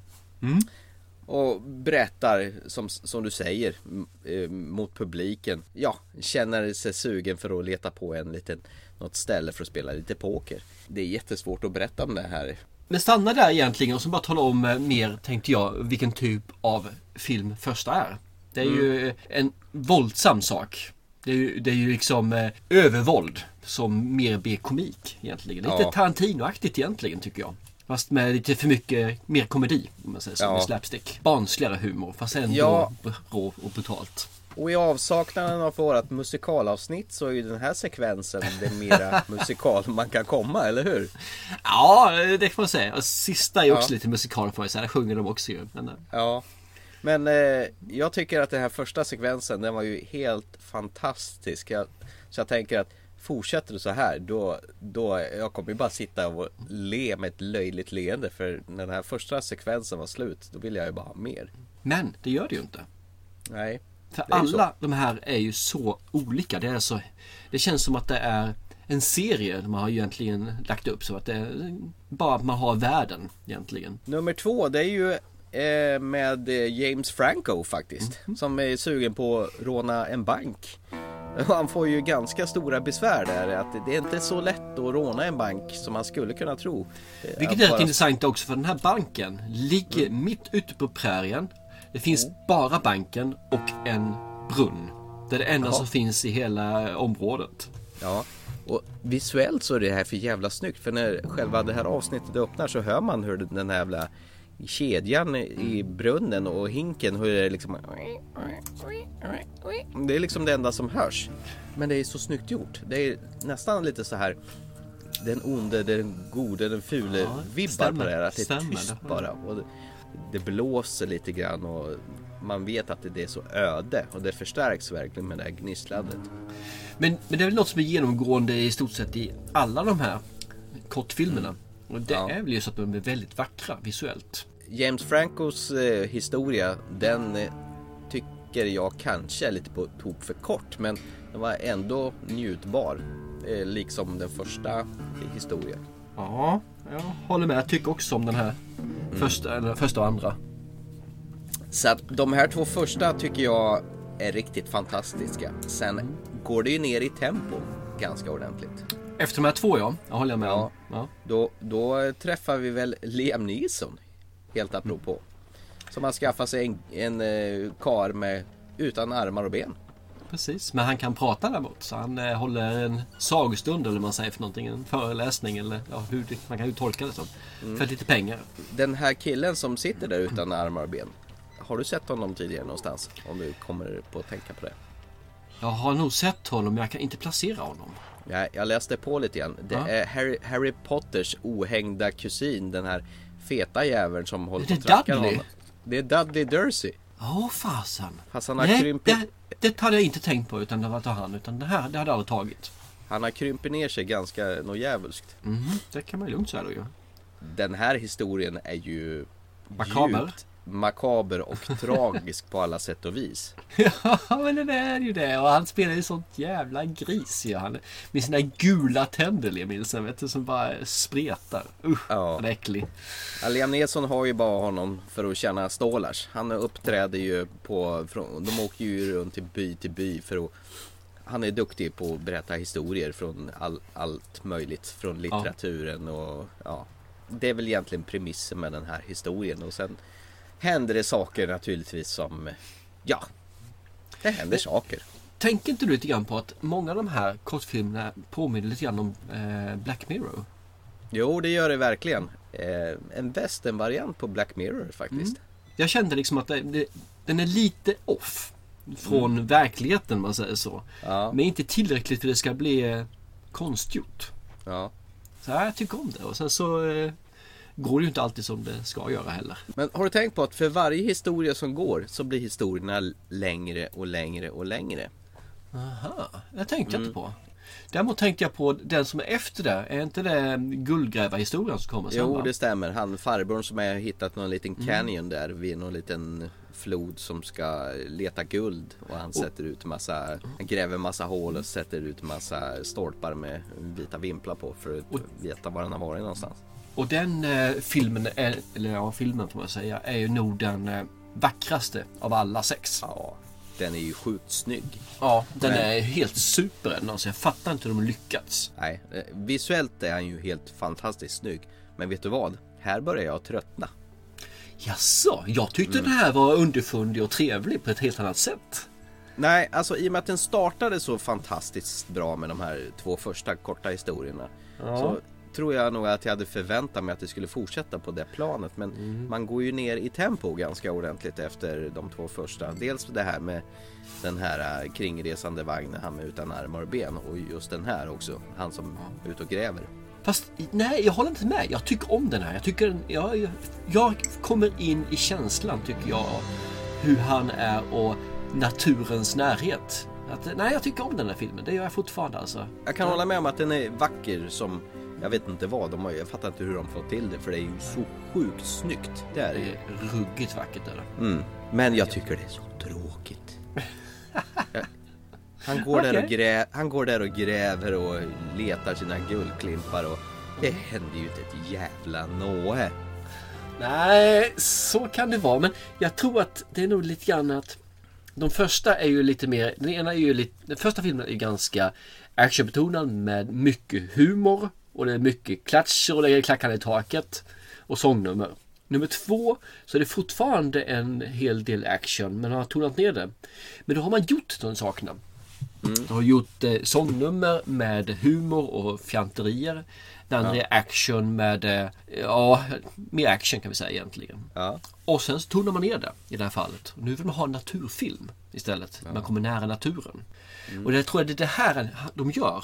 Och berättar som du säger mot publiken. Ja, känner sig sugen för att leta på något ställe för att spela lite poker. Det är jättesvårt att berätta om det här. Men stanna där egentligen och så bara tala om mer, tänkte jag, vilken typ av film första är. Det är ju en våldsam sak. Det är ju liksom övervåld som mer blir komik egentligen. Lite Tarantino-aktigt egentligen tycker jag. Fast med lite för mycket mer komedi, om man säger så, med slapstick. Barnsligare humor, fast ändå rå och brutalt. Och i avsaknaden av vårat musikalavsnitt så är ju den här sekvensen det mera musikal man kan komma, eller hur? Ja, det kan man säga. Och sista är också lite musikal får jag säga. Där sjunger de också ju. Ja, men jag tycker att den här första sekvensen, den var ju helt fantastisk. Så jag tänker att fortsätter det så här, då jag kommer ju bara sitta och le med ett löjligt leende. För när den här första sekvensen var slut, då vill jag ju bara ha mer. Men det gör det ju inte. Nej. För alla de här är ju så olika. Det känns som att det är en serie man har egentligen lagt upp. Så att det är bara att man har världen egentligen. Nummer 2, det är ju med James Franco faktiskt. Som är sugen på att råna en bank. Han får ju ganska stora besvär där. Att det är inte så lätt att råna en bank som man skulle kunna tro. Vilket är rätt intressant också, för den här banken ligger mitt ute på prärien. Det finns bara banken och en brunn. Det är det enda som finns i hela området. Ja, och visuellt så är det här för jävla snyggt. För när själva det här avsnittet öppnar så hör man hur den här jävla kedjan i brunnen och hinken, hur det är liksom... Det är liksom det enda som hörs. Men det är så snyggt gjort. Det är nästan lite så här den onde, den gode, den fule vibbar på det här. Att det är tyst bara. Och det blåser lite grann och man vet att det är så öde. Och det förstärks verkligen med det här gnisslandet. Men det är väl något som är genomgående i stort sett i alla de här kortfilmerna. Och det är väl just att de är väldigt vackra visuellt. James Francos historia, den tycker jag kanske är lite på tok för kort. Men den var ändå njutbar. Liksom den första historien. Ja, jag håller med. Jag tycker också om den här första och andra. Så att de här två första tycker jag är riktigt fantastiska. Sen går det ju ner i tempo ganska ordentligt. Efter de här två, jag håller med om. Ja. Då träffar vi väl Liam Neeson, helt apropå. Som har skaffat sig en kar med utan armar och ben. Precis, men han kan prata däremot. Så han håller en sagostund eller man säger för någonting, en föreläsning eller man kan ju tolka det som. För lite pengar. Den här killen som sitter där utan armar och ben, har du sett honom tidigare någonstans? Om du kommer på att tänka på det. Jag har nog sett honom, men jag kan inte placera honom. Ja, jag läste på lite grann. Det är Harry Potters ohängda kusin, den här feta jäveln som håller på att tracka honom. Det är Dudley Dursley. Fasen. Fast han har krympit... Det hade jag inte tänkt på utan det var han, utan det hade jag aldrig tagit. Han har krympit ner sig ganska djävulskt. Det kan man ju lugnt säga då ju. Den här historien är ju makaber och tragisk på alla sätt och vis. Ja, men det är ju det. Och han spelar ju sånt jävla gris ju. Han med sina gula tänder, Emilsen, vet du, som bara spretar. Han är äcklig. Liam Neeson har ju bara honom för att tjäna stålars. Han uppträder ju de åker ju runt till by för att... Han är duktig på att berätta historier från allt möjligt. Från litteraturen och det är väl egentligen premissen med den här historien. Och sen händer det saker naturligtvis som... det händer saker. Tänker inte du lite grann på att många av de här kortfilmerna påminner lite grann om Black Mirror? Jo, det gör det verkligen. En western-variant på Black Mirror faktiskt. Jag kände liksom att den är lite off från verkligheten, man säger så. Men inte tillräckligt för det ska bli konstgjort. Så jag tycker om det. Och sen så går det ju inte alltid som det ska göra heller. Men har du tänkt på att för varje historia som går så blir historierna längre och längre och längre? Aha, det tänkte jag inte på. Däremot tänkte jag på den som är efter det. Är inte det guldgrävarhistorien som kommer sen? Jo, det stämmer. Han farbrorn som har hittat någon liten canyon där vid någon liten flod som ska leta guld. Och han sätter ut han gräver massa hål och sätter ut massa stolpar med vita vimplar på för att veta var han har varit någonstans. Och den filmen, filmen får man säga, är ju nog den vackraste av alla 6. Ja, den är ju sjukt snygg. Ja, den är helt super ändå, så jag fattar inte hur de lyckats. Nej, visuellt är han ju helt fantastiskt snygg. Men vet du vad? Här börjar jag tröttna. Jaså, jag tyckte det här var underfundig och trevlig på ett helt annat sätt. Nej, alltså i och med att den startade så fantastiskt bra med de här 2 första korta historierna så tror jag nog att jag hade förväntat mig att det skulle fortsätta på det planet. Men man går ju ner i tempo ganska ordentligt efter de 2 första. Dels det här med den här kringresande vagnen, han med utan armar och ben. Och just den här också, han som är ute och gräver. Fast nej, jag håller inte med. Jag tycker om den här. Jag tycker jag kommer in i känslan, tycker jag, hur han är och naturens närhet. Jag tycker om den här filmen. Det gör jag fortfarande alltså. Jag kan hålla med om att den är vacker som... Jag vet inte vad, jag fattar inte hur de får till det. För det är ju så sjukt snyggt. Det är ruggigt vackert eller? Men jag tycker det är så tråkigt. Han går där och gräver och letar sina guldklimpar. Och det händer ju inte ett jävla nåe. Nej, så kan det vara. Men jag tror att det är nog lite grann att de första är ju lite mer... Den första filmen är ganska actionbetonad med mycket humor. Och det är mycket klatscher och det är klackande i taket. Och sångnummer. Nummer 2 så är det fortfarande en hel del action. Men har tonat ner det. Men då har man gjort de sakerna. De har gjort sångnummer med humor och fjanterier. Den andra är action med... mer action kan vi säga egentligen. Och sen så tonar man ner det i det här fallet. Och nu vill man ha en naturfilm istället. Man kommer nära naturen. Och det tror jag det är det här de gör.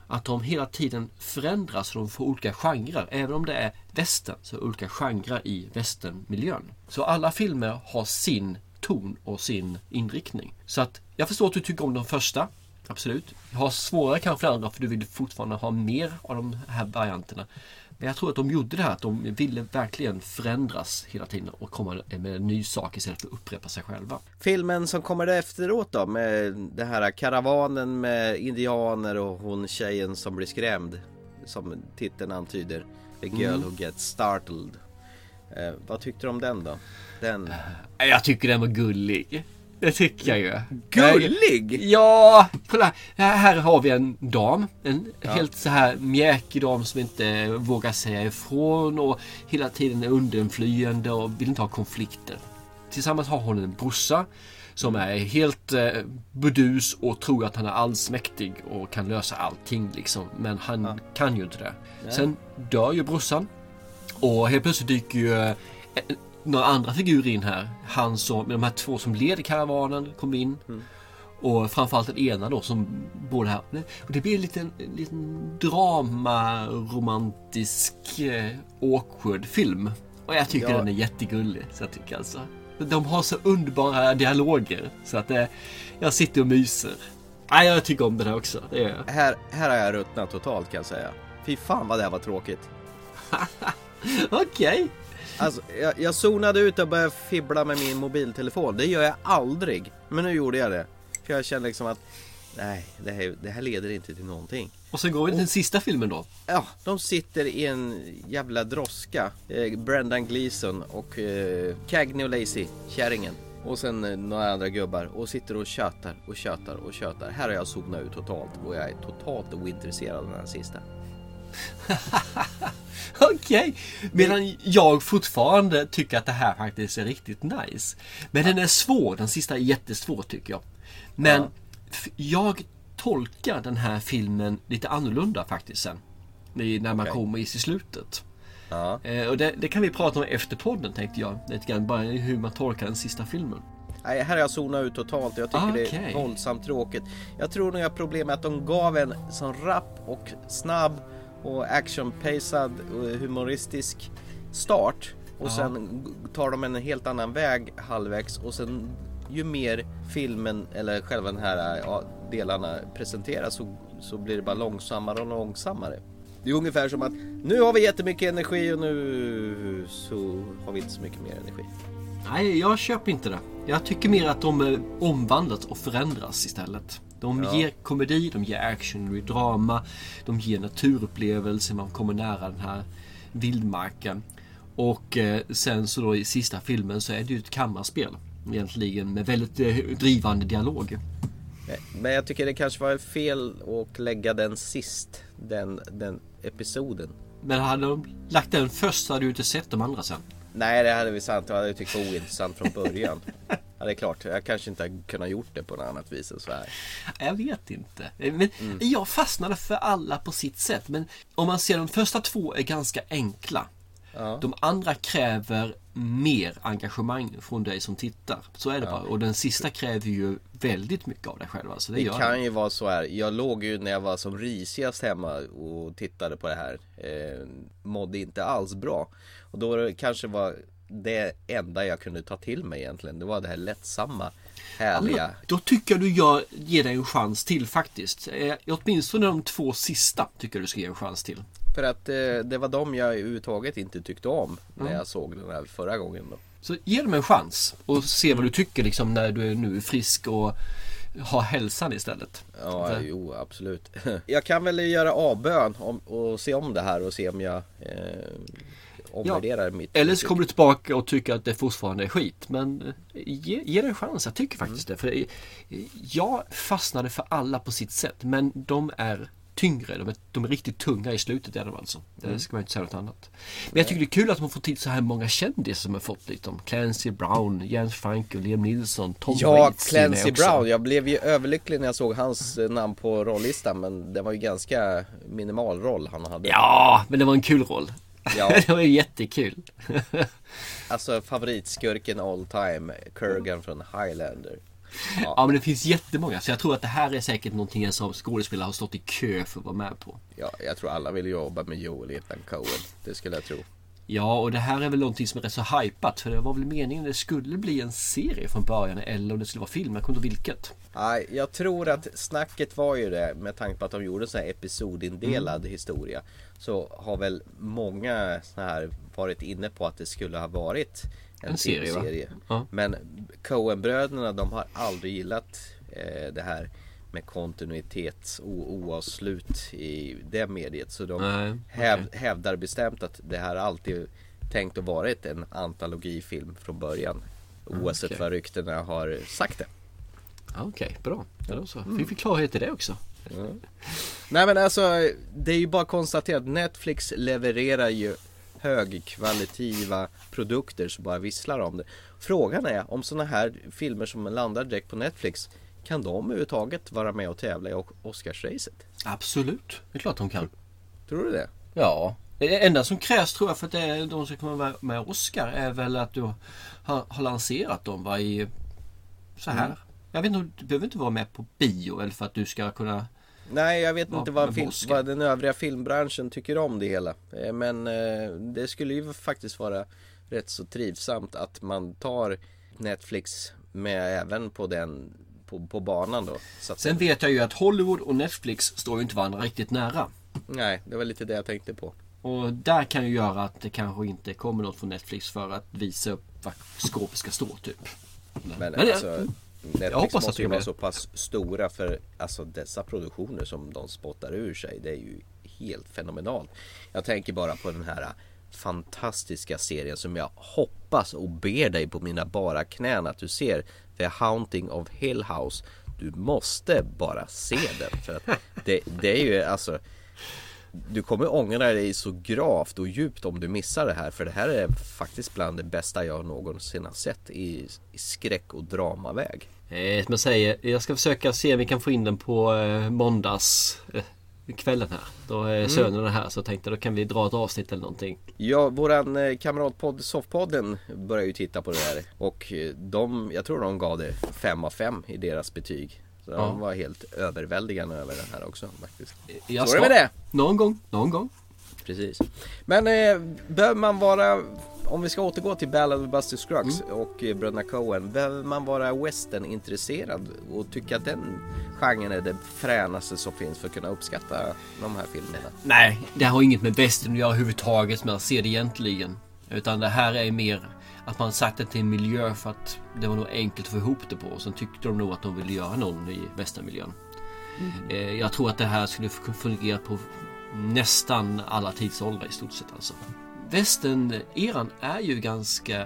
att de hela tiden förändras och de får olika genrer. Även om det är västern så är det olika genrer i västernmiljön. Så alla filmer har sin ton och sin inriktning. Så att jag förstår att du tycker om de första. Absolut. Jag har svårare kanske för andra för du vill fortfarande ha mer av de här varianterna. Men jag tror att de gjorde det här, att de ville verkligen förändras hela tiden och komma med en ny sak istället för att upprepa sig själva. Filmen som kommer efteråt då, med det här karavanen med indianer och hon tjejen som blir skrämd, som titeln antyder, The Girl Who Gets Startled. Vad tyckte du om den då? Jag tycker den var gullig. Det tycker jag ju. Gullig? Ja, kolla. Här har vi en dam. En helt så här mjäkig dam som inte vågar säga ifrån och hela tiden är undanflyende och vill inte ha konflikter. Tillsammans har hon en brorsa som är helt budus och tror att han är allsmäktig och kan lösa allting liksom. Men han kan ju inte det. Nej. Sen dör ju brorsan och helt plötsligt dyker ju några andra figurer in här. Han som, med de här två som leder karavanen kom in. Och framförallt den ena då som bor här. Och det blir en liten drama, romantisk, awkward film. Och jag tycker den är jättegullig. Så jag tycker alltså. De har så underbara dialoger. Så att jag sitter och myser. Nej, jag tycker om det här också. Det är... Här har jag ruttnat totalt kan jag säga. Fy fan vad det här var tråkigt. Okej. Alltså, jag zonade ut och började fibbla med min mobiltelefon. Det gör jag aldrig. Men nu gjorde jag det. För jag kände liksom att nej, det här leder inte till någonting. Och så går vi till den sista filmen då. Ja, de sitter i en jävla droska. Brendan Gleeson och Cagney och Lacey, kärringen. Och sen några andra gubbar. Och sitter och tjötar. Här har jag zonat ut totalt. Och jag är totalt ointresserad av den här sista. Okej. Medan jag fortfarande tycker att det här faktiskt är riktigt nice. Men den är svår. Den sista är jättesvår tycker jag. Men jag tolkar den här filmen lite annorlunda faktiskt sen. När man kommer i slutet. Och det kan vi prata om efter podden tänkte jag. Lite grann bara hur man tolkar den sista filmen. Nej, här har jag zonat ut totalt. Jag tycker det är våldsamt tråkigt. Jag tror nog jag har problem med att de gav en sån rapp och snabb och action-pacad och humoristisk start. Och sen tar de en helt annan väg halvvägs. Och sen ju mer filmen eller själva den här delarna presenteras så blir det bara långsammare och långsammare. Det är ungefär som att nu har vi jättemycket energi och nu så har vi inte så mycket mer energi. Nej, jag köper inte det. Jag tycker mer att de omvandlas och förändras istället. De ger komedi, de ger action, de ger drama, de ger naturupplevelser, man kommer nära den här vildmarken. Och sen så då i sista filmen så är det ju ett kammarspel egentligen med väldigt drivande dialog. Men jag tycker det kanske var fel att lägga den sist, den episoden. Men hade de lagt den först så hade du inte sett de andra sen. Nej, det hade vi sant. Jag hade tyckt var ointressant från början. Ja, det är klart. Jag kanske inte hade kunnat gjort det på något annat vis än så här. Jag vet inte. Men jag fastnade för alla på sitt sätt. Men om man ser de första två är ganska enkla. De andra kräver mer engagemang från dig som tittar. Så är det bara. Och den sista kräver ju väldigt mycket av dig själv. Alltså det kan ju vara så här. Jag låg ju när jag var som risigast hemma och tittade på det här. Mådde inte alls bra. Och då kanske var det enda jag kunde ta till mig egentligen. Det var det här lättsamma, härliga. Då tycker du jag ger dig en chans till faktiskt. Åtminstone de två sista tycker du ska ge en chans till. För att det var de jag överhuvudtaget inte tyckte om när jag såg den här förra gången då. Så ge dem en chans och se vad du tycker liksom, när du är nu frisk och har hälsan istället. Ja, jo, absolut. Jag kan väl göra avbön och se om det här och se om jag omvärderar mitt. Eller så kommer du tillbaka och tycker att det fortfarande är skit. Men ge det en chans, jag tycker faktiskt det. För jag fastnade för alla på sitt sätt. Men de är tyngre, de är riktigt tunga i slutet är de alltså. Det ska man inte säga något annat. Men jag tycker det är kul att man får till så här många kändisar som har fått liksom Clancy Brown, James Franco, Liam Neeson, Tom Waits. Clancy Brown, jag blev ju överlycklig när jag såg hans namn på rollistan, men det var ju ganska minimal roll han hade. Ja, men det var en kul roll. Ja. Det var ju jättekul. Alltså favoritskurken all time, Kurgan från Highlander. Ja, men det finns jättemånga. Så jag tror att det här är säkert någonting som skådespelare har stått i kö för att vara med på. Ja, jag tror alla vill jobba med Joel Ethan Coen. Det skulle jag tro. Ja, och det här är väl någonting som är rätt så hypat. För det var väl meningen att det skulle bli en serie från början. Eller om det skulle vara film, jag kommer inte vilket. Nej, jag tror att snacket var ju det. Med tanke på att de gjorde en sån här episodindelad historia. Så har väl många så här varit inne på att det skulle ha varit en serie. Ja. Men Coen-bröderna, de har aldrig gillat det här med kontinuitet och oavslut i det mediet. Så de hävdar bestämt att det här alltid tänkt att vara en antologifilm från början. Oavsett vad ryktena har sagt det. Okej, bra. Ja, så. Vi fick klarhet i det också. Ja. Nej, men alltså, det är ju bara konstaterat att Netflix levererar ju högkvalitativa produkter som bara visslar om det. Frågan är om såna här filmer som landar direkt på Netflix, kan de överhuvudtaget vara med och tävla i Oscarsracet? Absolut, det är klart de kan. Tror du det? Ja, det enda som krävs tror jag för att de ska komma med Oscar är väl att du har lanserat dem i så här. Jag vet inte, du behöver inte vara med på bio eller för att du ska kunna. Nej, jag vet inte vad den övriga filmbranschen tycker om det hela. Men det skulle ju faktiskt vara rätt så trivsamt att man tar Netflix med även på den på banan då. Så att sen vet jag ju att Hollywood och Netflix står ju inte varandra riktigt nära. Nej, det var lite det jag tänkte på. Och där kan ju göra att det kanske inte kommer något från Netflix för att visa upp vad skåpet ska stå typ. Men alltså, Netflix måste ju vara så pass stora för alltså dessa produktioner som de spottar ur sig. Det är ju helt fenomenalt. Jag tänker bara på den här fantastiska serien som jag hoppas och ber dig på mina bara knän att du ser, The Haunting of Hill House. Du måste bara se den för att det är ju alltså, du kommer ångra dig så gravt och djupt om du missar det här, för det här är faktiskt bland det bästa jag någonsin har sett i skräck- och dramaväg. Som jag säger, jag ska försöka se om vi kan få in den på måndags kvällen här. Då är sönerna här, så jag tänkte då kan vi dra ett avsnitt eller någonting. Ja, våran kamratpodd Softpodden börjar ju titta på det här och jag tror de gav det 5 av 5 i deras betyg. Så de var helt överväldigande över den här också faktiskt. Så är det. Någon gång. Precis. Men behöver man vara, om vi ska återgå till Ballad of Buster Scruggs och bröderna Coen, behöver man vara western-intresserad och tycka att den genren är det fränaste som finns för att kunna uppskatta de här filmerna? Nej, det har inget med western att göra överhuvudtaget som jag ser det egentligen. Utan det här är mer att man satt det till en miljö för att det var nog enkelt att få ihop det på. Och sen tyckte de nog att de ville göra någon i westernmiljön. Jag tror att det här skulle fungera på nästan alla tidsåldrar i stort sett alltså. Western-eran är ju ganska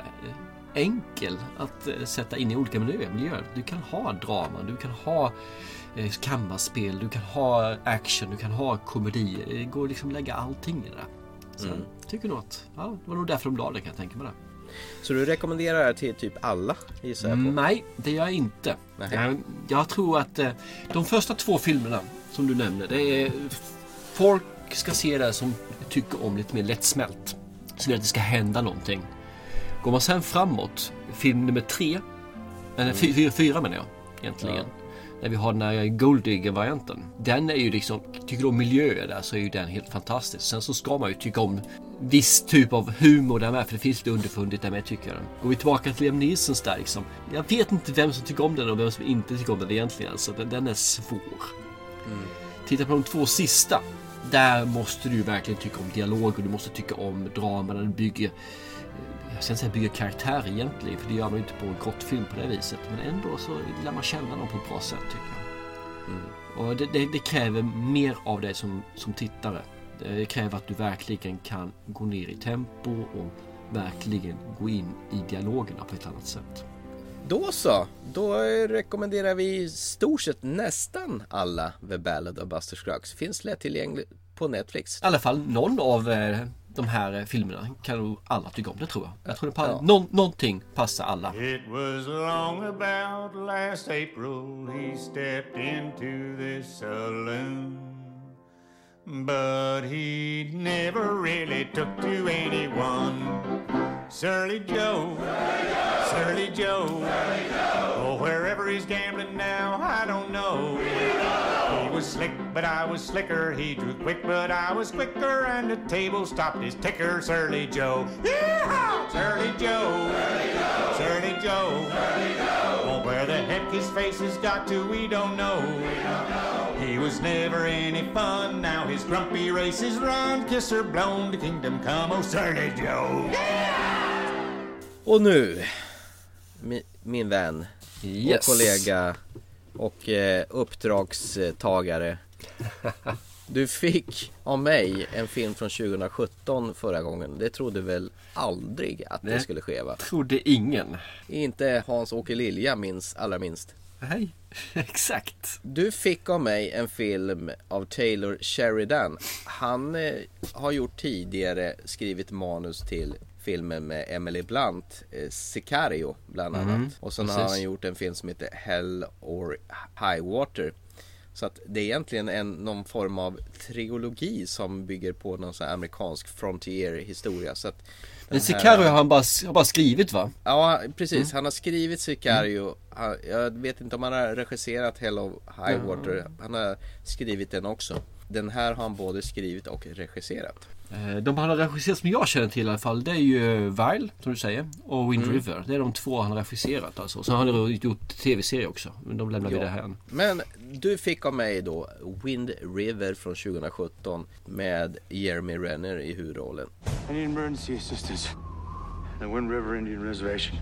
enkel att sätta in i olika miljöer. Du kan ha drama, du kan ha kammarspel, du kan ha action, du kan ha komedi. Det går liksom att lägga allting i det där. Så tycker nog att det var nog därför de la det, kan jag tänka mig det. Så du rekommenderar det här till typ alla, gissar jag på? Nej, det gör jag inte. Jag tror att de första 2 filmerna som du nämnde, det är folk ska se det som tycker om lite mer lättsmält. Så att det ska hända någonting. Går man sen framåt, film nummer 3, eller 4 menar jag egentligen. När vi har den här Golddigger-varianten. Den är ju liksom, tycker du om miljöer där så är ju den helt fantastisk. Sen så ska man ju tycka om viss typ av humor där med, för det finns lite underfundigt där med, tycker jag. Går vi tillbaka till Liam Neesons där liksom. Jag vet inte vem som tycker om den och vem som inte tycker om den egentligen. Alltså den är svår. Titta på de 2 sista. Där måste du verkligen tycka om dialog och du måste tycka om drama. Den bygger, jag ska inte säga bygger karaktär egentligen, för det gör man ju inte på en kortfilm på det viset. Men ändå så lär man känna dem på ett bra sätt, tycker jag. Och det kräver mer av dig som tittare. Det kräver att du verkligen kan gå ner i tempo och verkligen gå in i dialogerna på ett annat sätt. Då så, då rekommenderar vi i stort sett nästan alla The Ballad of Buster Scruggs. Finns lättillgängligt på Netflix. I alla fall någon av de här filmerna kan nog alla tycka om, det tror jag. Jag tror det någonting passar alla. It was long about last April he stepped into this saloon. But he never really took to anyone. Surly Joe, Surly Joe, oh, wherever he's gambling now, I don't know. He was slick, but I was slicker. He drew quick, but I was quicker, and the table stopped his ticker. Surly Joe, yeehaw! Surly Joe, Surly Joe, oh, where the heck his face has got to, we don't know. He was never any fun. Now his grumpy race is run. Kiss her blown to kingdom come, oh Surly Joe. Och nu, min vän Yes. och kollega och uppdragstagare. Du fick av mig en film från 2017 förra gången. Det trodde väl aldrig att det skulle ske, va? Trodde ingen. Inte Hans-Åke Lilja allra minst. Nej, exakt. Du fick av mig en film av Taylor Sheridan. Han har gjort tidigare skrivit manus till filmen med Emily Blunt, Sicario bland annat. Och sen har han gjort en film som heter Hell or High Water. Så att det är egentligen någon form av trilogi som bygger på någon sån här amerikansk frontier-historia. Så att men Sicario har han bara skrivit, va? Ja, precis. Han har skrivit Sicario. Jag vet inte om han har regisserat Hell or High Water. Han har skrivit den också. Den här har han både skrivit och regisserat. De han har regisserat som jag känner till i alla fall, det är ju Vile, som du säger, och Wind River. Det är de två han har regisserat alltså. Sen har han gjort tv-serie också, men de lämnar vi det här. Men du fick av mig då Wind River från 2017 med Jeremy Renner i huvudrollen. I need emergency assistance. The Wind River Indian Reservation.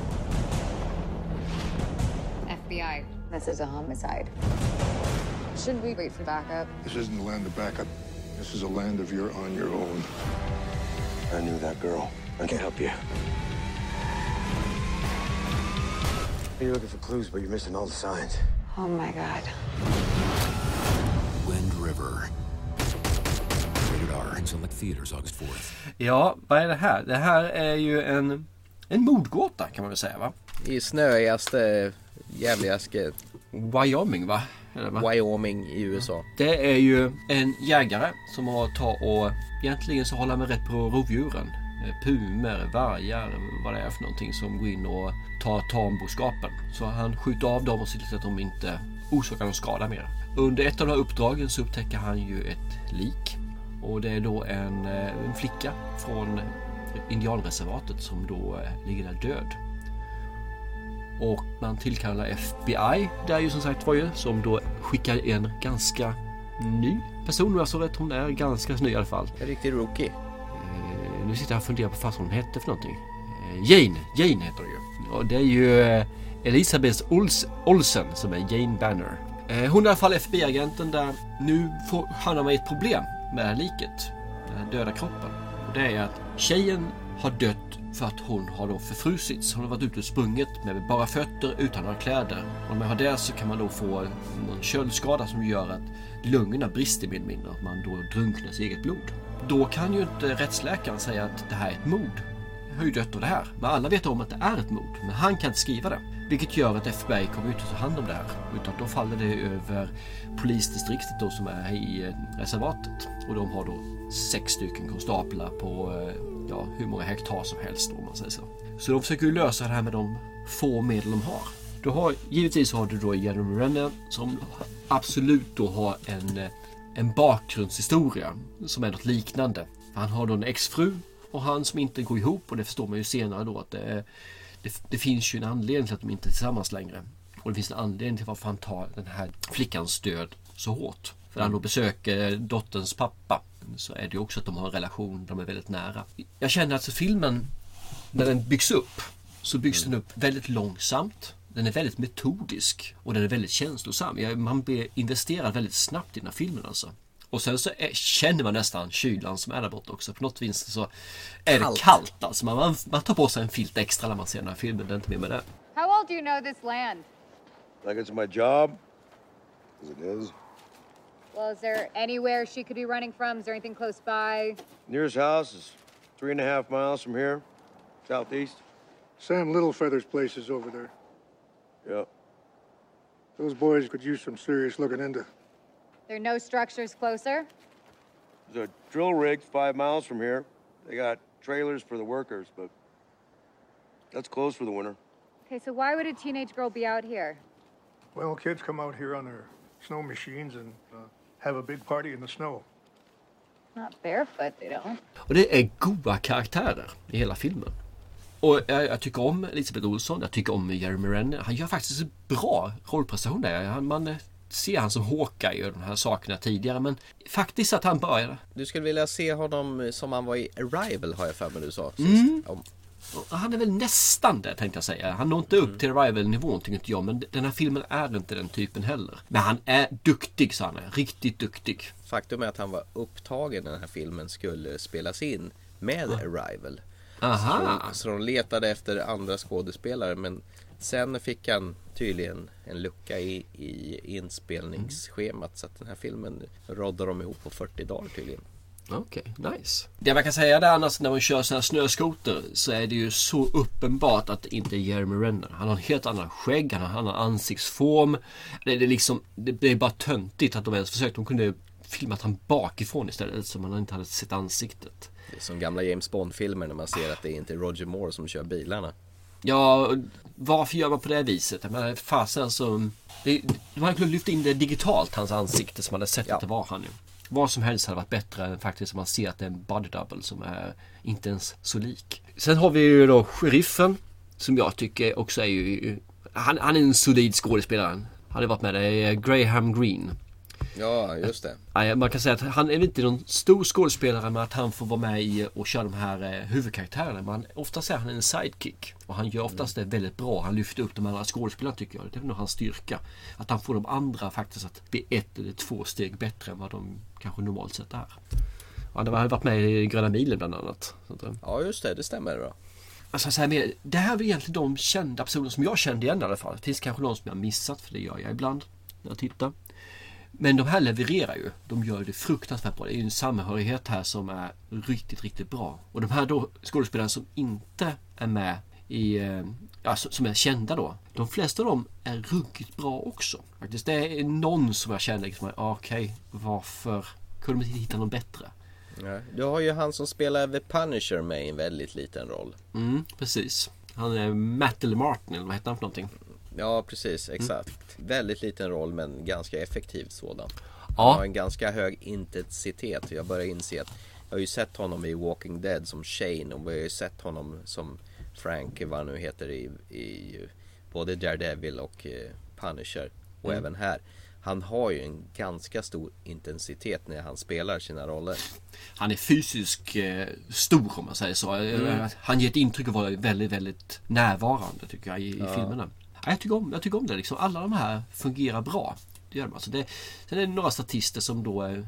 FBI, this is a homicide. Should we wait for backup? This isn't a land of backup. This is a land of you're on your own. I knew that girl. I can help you. You're looking for clues, but you're missing all the signs. Oh my God. Wind River. Rated R. In select theaters August 4th. Ja, vad är det här? Det här är ju en mordgåta kan man väl säga, va? I snöigaste, jävligaste Wyoming, va? Wyoming i USA. Det är ju en jägare som har och egentligen så håller han rätt på rovdjuren. Pumer, vargar, vad det är för någonting som går in och tar tamboskapen. Så han skjuter av dem och ser till att de inte orsakar någon skada mer. Under ett av de här uppdragen så upptäcker han ju ett lik. Och det är då en flicka från indianreservatet som då ligger där död. Och man tillkallar FBI där ju som sagt var ju, som då skickar en ganska ny person. Jag såg att hon är ganska ny i alla fall. En riktig rookie. Nu sitter jag och funderar på vad hon hette för någonting. Jane heter det ju. Och det är ju Elisabeth Olsen som är Jane Banner. Hon är i alla fall FBI-agenten där. Nu hamnar man i ett problem med det här liket. Den här döda kroppen. Och det är att tjejen har dött för att hon har då förfrusits. Hon har varit ute och sprungit med bara fötter utan några kläder. Och om man har det så kan man då få någon köldskada som gör att lungorna brister med mindre. Att man då drunknar i eget blod. Då kan ju inte rättsläkaren säga att det här är ett mord. Jag har ju dött av det här. Men alla vet om att det är ett mord. Men han kan inte skriva det. Vilket gör att FBI kommer ut och tar hand om det här. Utan då faller det över polisdistriktet då som är i reservatet. Och de har då 6 stycken konstaplar på hur många hektar som helst om man säger så. Så de försöker ju lösa det här med de få medel de har. Givetvis har du då Jeremy Renner som absolut då har en bakgrundshistoria som är något liknande. Han har då en exfru och han som inte går ihop, och det förstår man ju senare då att det finns ju en anledning till att de inte är tillsammans längre. Och det finns en anledning till varför han tar den här flickans död så hårt. För han då besöker dotterns pappa, så är det ju också att de har en relation, de är väldigt nära. Jag känner att filmen, när den byggs upp, så byggs den upp väldigt långsamt. Den är väldigt metodisk och den är väldigt känslosam. Man blir investerad väldigt snabbt i den här filmen alltså. Och sen så känner man nästan kylan som är där borta också. På något vis så är det kallt alltså. Man tar på sig en filt extra när man ser den här filmen. Det är inte mer med det. How well do you know this land? Like it's my job, as it is. Well, is there anywhere she could be running from? Is there anything close by? Nearest house is 3.5 miles from here, southeast. Sam Littlefeather's place is over there. Yep. Those boys could use some serious looking into. There are no structures closer? There's a drill rig 5 miles from here. They got trailers for the workers, but That's closed for the winter. Okay, so why would a teenage girl be out here? Well, kids come out here on their snow machines and have a big party in the snow. Not barefoot, they don't. Och det är goda karaktärer i hela filmen. Och jag tycker om Elisabeth Olsson, jag tycker om Jeremy Renner. Han gör faktiskt en bra rollprestation där. Man ser han som Hawkeye och de här sakerna tidigare, men faktiskt att han började. Du skulle vilja se honom som han var i Arrival, har jag för mig du sa sist. Han är väl nästan det, tänkte jag säga. Han når inte upp till Arrival-nivån, tycker inte jag, men den här filmen är inte den typen heller. Men han är duktig, så han är riktigt duktig. Faktum är att han var upptagen när den här filmen skulle spelas in med Arrival. Aha. Så de letade efter andra skådespelare, men sen fick han tydligen en lucka i inspelningsschemat, så att den här filmen rådde de ihop på 40 dagar tydligen. Okej, nice. Det man kan säga där annars när man kör såna här snöskoter, så är det ju så uppenbart att det inte är Jeremy Renner. Han har en helt annan skägg, han har en annan ansiktsform. Det är liksom, det är bara töntigt att de ens försökt. De kunde filmat han bakifrån istället, så man inte hade sett ansiktet. Det är som gamla James Bond-filmer när man ser att det inte är Roger Moore som kör bilarna. Ja, varför gör man på det viset? Men fasen som... Man kunde lyfta in det digitalt, hans ansikte, som man hade sett att det var han nu. Vad som helst hade varit bättre än faktiskt som man ser att det är en body double som är inte ens så lik. Sen har vi ju då sheriffen, som jag tycker också är ju... Han är en solid skådespelare. Han hade varit med i Graham Greene. Ja, just det. Ja, man kan säga att han är inte någon stor skådespelare, men att han får vara med i och köra de här huvudkaraktärerna. Man ofta säger han är en sidekick, och han gör oftast det väldigt bra. Han lyfter upp de andra skådespelarna, tycker jag. Det är nog hans styrka. Att han får de andra faktiskt att bli 1 eller 2 steg bättre än vad de kanske normalt sett är. Ja, det har varit med i Gröna milen bland annat. Ja, just det stämmer bra. Alltså, så här med, det här är egentligen de kända personer som jag kände igen i alla fall. Det finns kanske någon som jag har missat, för det gör jag ibland när jag tittar. Men de här levererar ju. De gör det fruktansvärt bra. Det är ju en samhörighet här som är riktigt, riktigt bra. Och de här då skådespelarna som inte är med i, som är kända då. De flesta av dem är ruggigt bra också. Faktiskt, det är någon som jag känner liksom, okej, varför kunde de inte hitta någon bättre? Ja, du har ju han som spelar The Punisher med i en väldigt liten roll. Precis. Han är Matt Martin, eller vad heter han för någonting? Ja, precis, exakt. Väldigt liten roll, men ganska effektiv sådan. Ja. Han har en ganska hög intensitet. Jag börjar inse att jag har ju sett honom i Walking Dead som Shane, och vi har ju sett honom som Frank, vad nu heter, i både Daredevil och Punisher. Och även här. Han har ju en ganska stor intensitet när han spelar sina roller. Han är fysiskt stor, om man säger så. Han ger ett intryck av att vara väldigt, väldigt närvarande, tycker jag, i filmerna. Jag tycker om det liksom. Alla de här fungerar bra. Det gör de. Alltså sen är det några statister som då är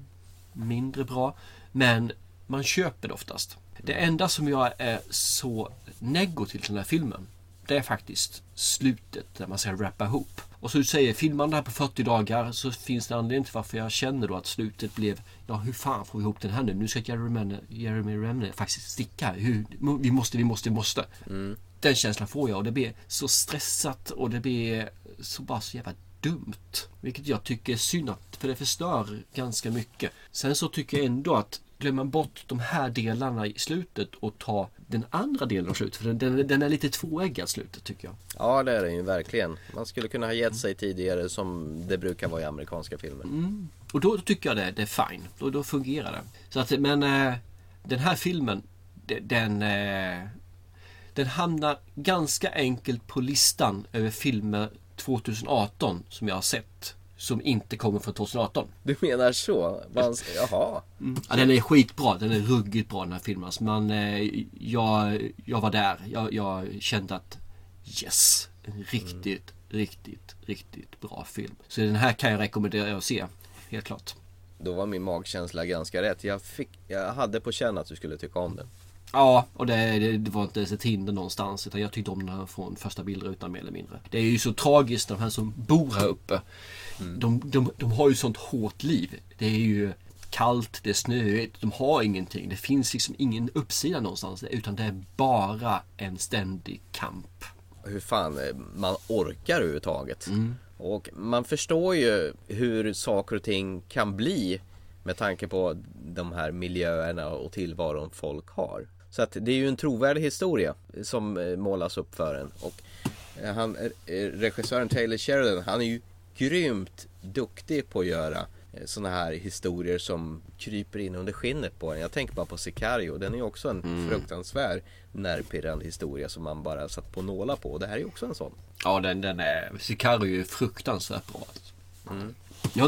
mindre bra, men man köper det oftast. Det enda som jag är så negativ till den här filmen, det är faktiskt slutet där man ska rappa ihop. Och så du säger, filmar det här på 40 dagar, så finns det anledning till varför jag känner då att slutet blev, ja, hur fan får vi ihop den här nu? Nu ska Jeremy Renner faktiskt sticka. Vi måste. Den känslan får jag, och det blir så stressat, och det blir så jävla dumt. Vilket jag tycker är synd, för det förstör ganska mycket. Sen så tycker jag ändå att glömmer man bort de här delarna i slutet och ta den andra delen av slutet, för den är lite tvåeggad slutet, tycker jag. Ja, det är den ju verkligen. Man skulle kunna ha gett sig tidigare, som det brukar vara i amerikanska filmer. Och då tycker jag det är fine. Då fungerar det. Så att, men den här filmen, den hamnar ganska enkelt på listan över filmer 2018 som jag har sett, som inte kommer från 2018. Du menar så? Jaha. Ja, den är skitbra. Den är ruggigt bra, den här filmen. Men jag var där. Jag kände att yes, en riktigt bra film. Så den här kan jag rekommendera att se, helt klart. Då var min magkänsla ganska rätt. Jag hade på känn att du skulle tycka om den. Ja, och det var inte ens ett hinder någonstans, utan jag tyckte om den här från första bilrutan, mer eller mindre. Det är ju så tragiskt, de här som bor här uppe. De har ju sånt hårt liv. Det är ju kallt, det är snöigt, de har ingenting. Det finns liksom ingen uppsida någonstans, utan det är bara en ständig kamp. Hur fan man orkar överhuvudtaget. Och man förstår ju hur saker och ting kan bli med tanke på de här miljöerna och tillvaron folk har. Så att det är ju en trovärdig historia som målas upp för en. Och regissören Taylor Sheridan, han är ju grymt duktig på att göra såna här historier som kryper in under skinnet på en. Jag tänker bara på Sicario. Den är ju också en fruktansvärd nervpirrande historia som man bara satt på nåla på. Och det här är ju också en sån. Ja, den är... Sicario är fruktansvärt bra. Jag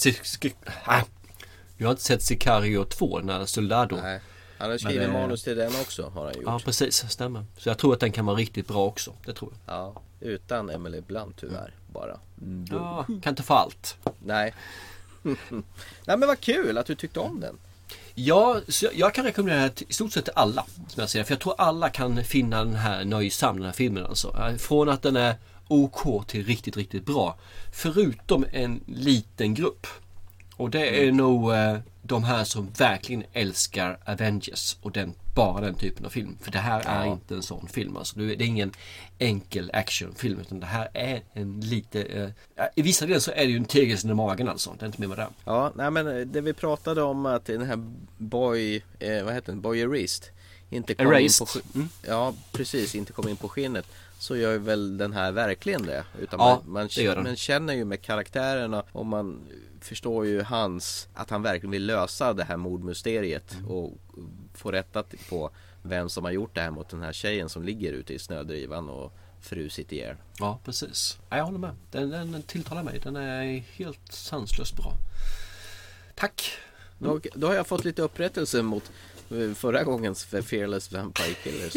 har inte sett Sicario 2 när Soldado. Nej. Han har skrivit manus till den också, har han gjort. Ja, precis, stämmer. Så jag tror att den kan vara riktigt bra också, det tror jag. Ja, utan Emily Blunt tyvärr, bara. Ja, kan inte få allt. Nej. Nej, men vad kul att du tyckte om den. Ja, så jag kan rekommendera i stort sett till alla, som jag säger. För jag tror alla kan finna den här nöjsam, den här filmen alltså. Från att den är OK till riktigt, riktigt bra. Förutom en liten grupp. Och det är nog de här som verkligen älskar Avengers och bara den typen av film. För det här är inte en sån film. Alltså. Det är ingen enkel actionfilm, utan det här är en lite... I vissa delar så är det ju en tegelsen i magen alltså. Det är inte mer med det. Ja, nej, men det vi pratade om att den här Boy Erased inte kom in på ja, precis, inte kom in på skinnet. Så gör väl den här verkligen det. Utan man känner ju med karaktärerna och man förstår ju att han verkligen vill lösa det här mordmysteriet och få rättat på vem som har gjort det här mot den här tjejen som ligger ute i snödrivan och frusit ihjäl. Ja, precis. Jag håller med. Den tilltalar mig. Den är helt sanslöst bra. Tack. Då har jag fått lite upprättelse mot förra gångens Fearless Vampire Killers.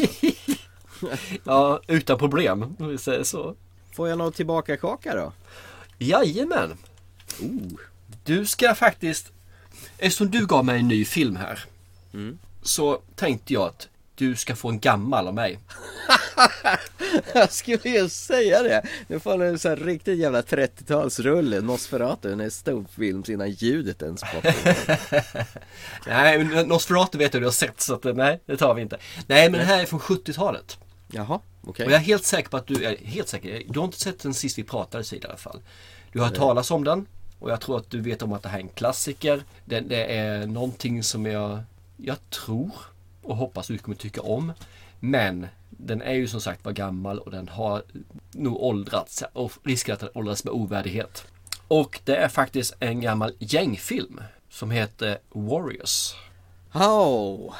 Ja, utan problem. Så. Får jag något tillbaka kaka då? Jajamän. Du ska faktiskt, eftersom du gav mig en ny film här, så tänkte jag att du ska få en gammal av mig. Jag skulle ju säga det. Nu får en sån här riktigt jävla 30-talsrulle. Nosferatu, en stor film innan ljudet ens på. Nej, Nosferatu vet du har sett, så att, nej, det tar vi inte. Nej, men den här är från 70-talet. Jaha, okej. Och jag är helt säker på att du har inte sett den sist vi pratade i alla fall. Du har hört talas om den. Och jag tror att du vet om att det här är en klassiker. Det är någonting som jag tror och hoppas du kommer tycka om. Men den är ju som sagt var gammal och den har nog åldrats och riskerar att den åldras med ovärdighet. Och det är faktiskt en gammal gängfilm som heter Warriors. Hello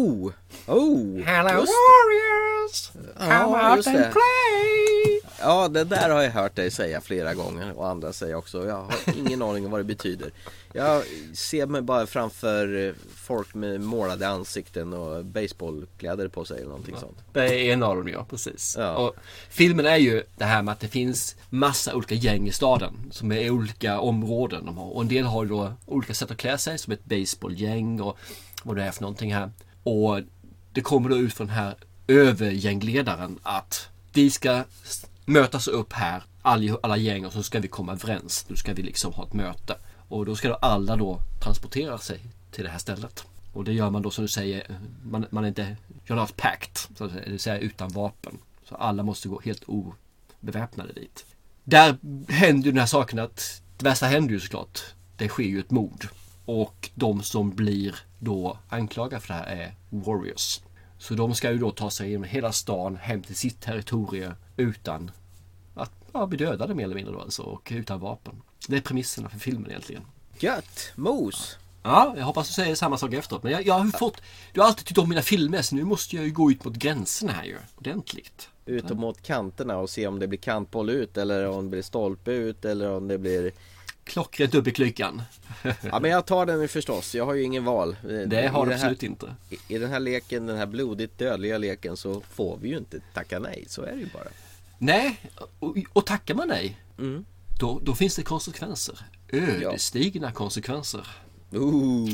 Warriors! Come out and play! Ja, det där har jag hört dig säga flera gånger och andra säger också. Jag har ingen aning om vad det betyder. Jag ser mig bara framför folk med målade ansikten och baseballkläder på sig eller någonting sånt. Det är en av dem, ja, precis. Ja. Och filmen är ju det här med att det finns massa olika gäng i staden som är i olika områden de har. Och en del har ju då olika sätt att klä sig, som ett baseballgäng och vad det är för någonting här. Och det kommer då ut från den här övergängledaren att vi ska mötas upp här, alla gäng, och så ska vi komma överens. Nu ska vi liksom ha ett möte. Och då ska då alla då transportera sig till det här stället. Och det gör man då som du säger, man är inte, you're not packed, så att det vill säga utan vapen. Så alla måste gå helt obeväpnade dit. Där händer ju den här saken att det värsta händer ju såklart. Det sker ju ett mord. Och de som blir då anklagade för det här är Warriors. Så de ska ju då ta sig genom hela stan hem till sitt territorium utan att bli dödade mer eller mindre då alltså, och utan vapen. Det är premisserna för filmen egentligen. Gött, mos. Ja, jag hoppas du säger samma sak efteråt. Men jag har fått, du har alltid tyckt om mina filmer, så nu måste jag ju gå ut mot gränserna här ju. Ordentligt. Ut och mot kanterna och se om det blir kantboll ut eller om det blir stolpe ut eller om det blir... Klockrent upp i klykan. Ja, men jag tar den förstås. Jag har ju ingen val. Det har du absolut inte. I den här leken, den här blodigt dödliga leken, så får vi ju inte tacka nej. Så är det ju bara. Nej, och tackar man nej, då finns det konsekvenser. Ödesdigra konsekvenser. Wow,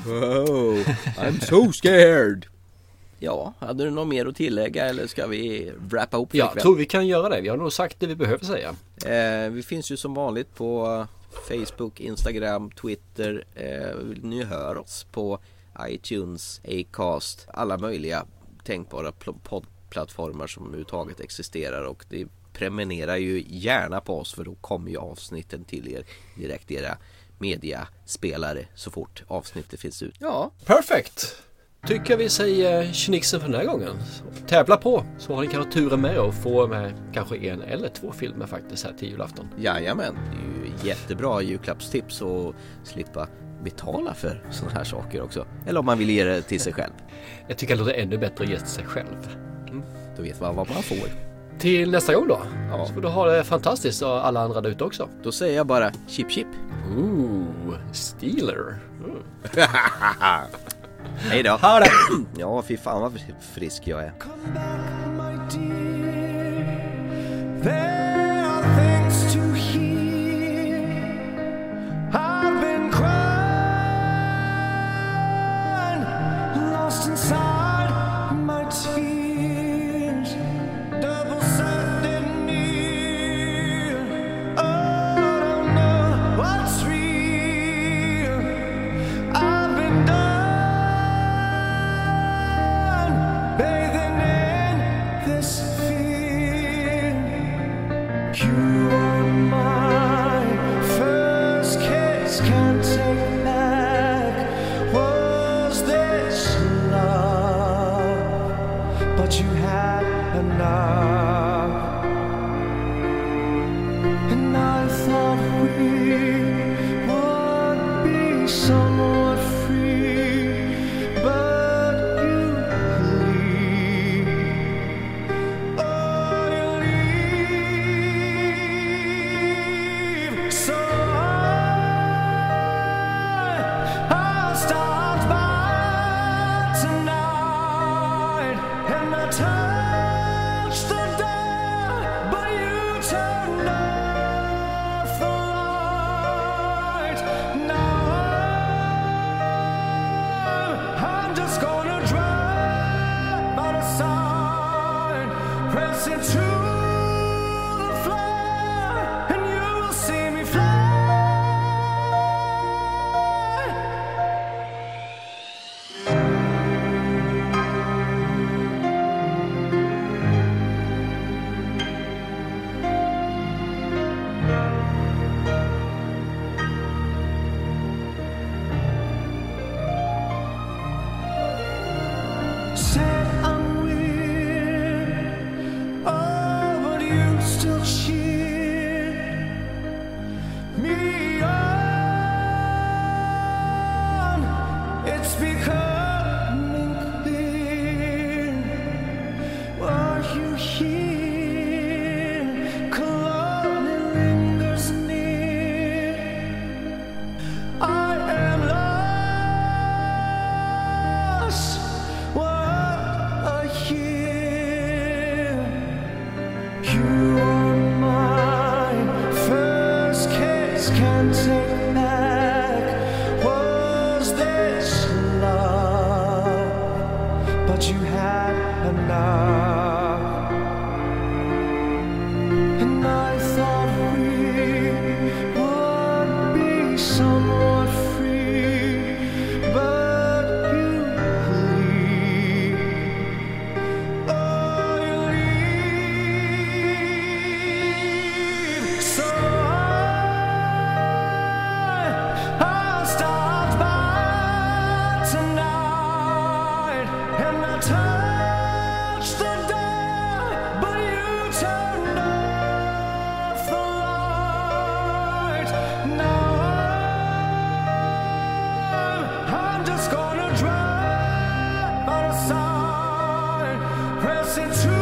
I'm so scared. Ja, hade du något mer att tillägga eller ska vi wrappa upp? Jag tror vi kan göra det. Vi har nog sagt det vi behöver säga. Vi finns ju som vanligt på Facebook, Instagram, Twitter. Ni hör oss på iTunes, Acast, alla möjliga tänkbara poddplattformar som överhuvudtaget existerar, och det prenumererar ju gärna på oss, för då kommer ju avsnitten till er direkt i era mediaspelare så fort avsnittet finns ut. Ja, perfekt. tycker vi säger Schnicksen för den här gången. Tävla på, så har ni kanske turen med och få med kanske 1 eller 2 filmer faktiskt här till julafton. Jajamän, det är ju jättebra julklappstips och slippa betala för sådana här saker också. Eller om man vill ge det till sig själv. Jag tycker det låter ännu bättre att ge till sig själv. Då vet man vad man får. Till nästa gång då. Ja. Så får du ha det fantastiskt och alla andra där ute också. Då säger jag bara chip chip. Steeler. Hej då. Ha det. Ja, fy fan vad frisk jag är. There are things to hear. I've been crying, lost inside my tears. Double-sided near. Oh, I don't know what's real. I've been done bathing in this fear. You are my first kiss, can't take back. Was this love? But you had enough. And I thought we would be somewhat free, but you leave. Oh, you leave. So I'll start by tonight, and I touched the door, but you turned off the light. Now I'm just gonna drive by the side, press it to the floor, and you will see me fly. Said I'm weird, oh, but you still cheer me on. It's becoming clear. Are you here? Cologne lingers near. I am lost. What a year. You are my first kiss, can't take back. Was this love? But you had enough. And I thought we would be somewhat free, but you leave. Oh, you leave. So I'll start by tonight, and I touched the door, but you turned off the light. Now I'm just gonna drive by the side, press it to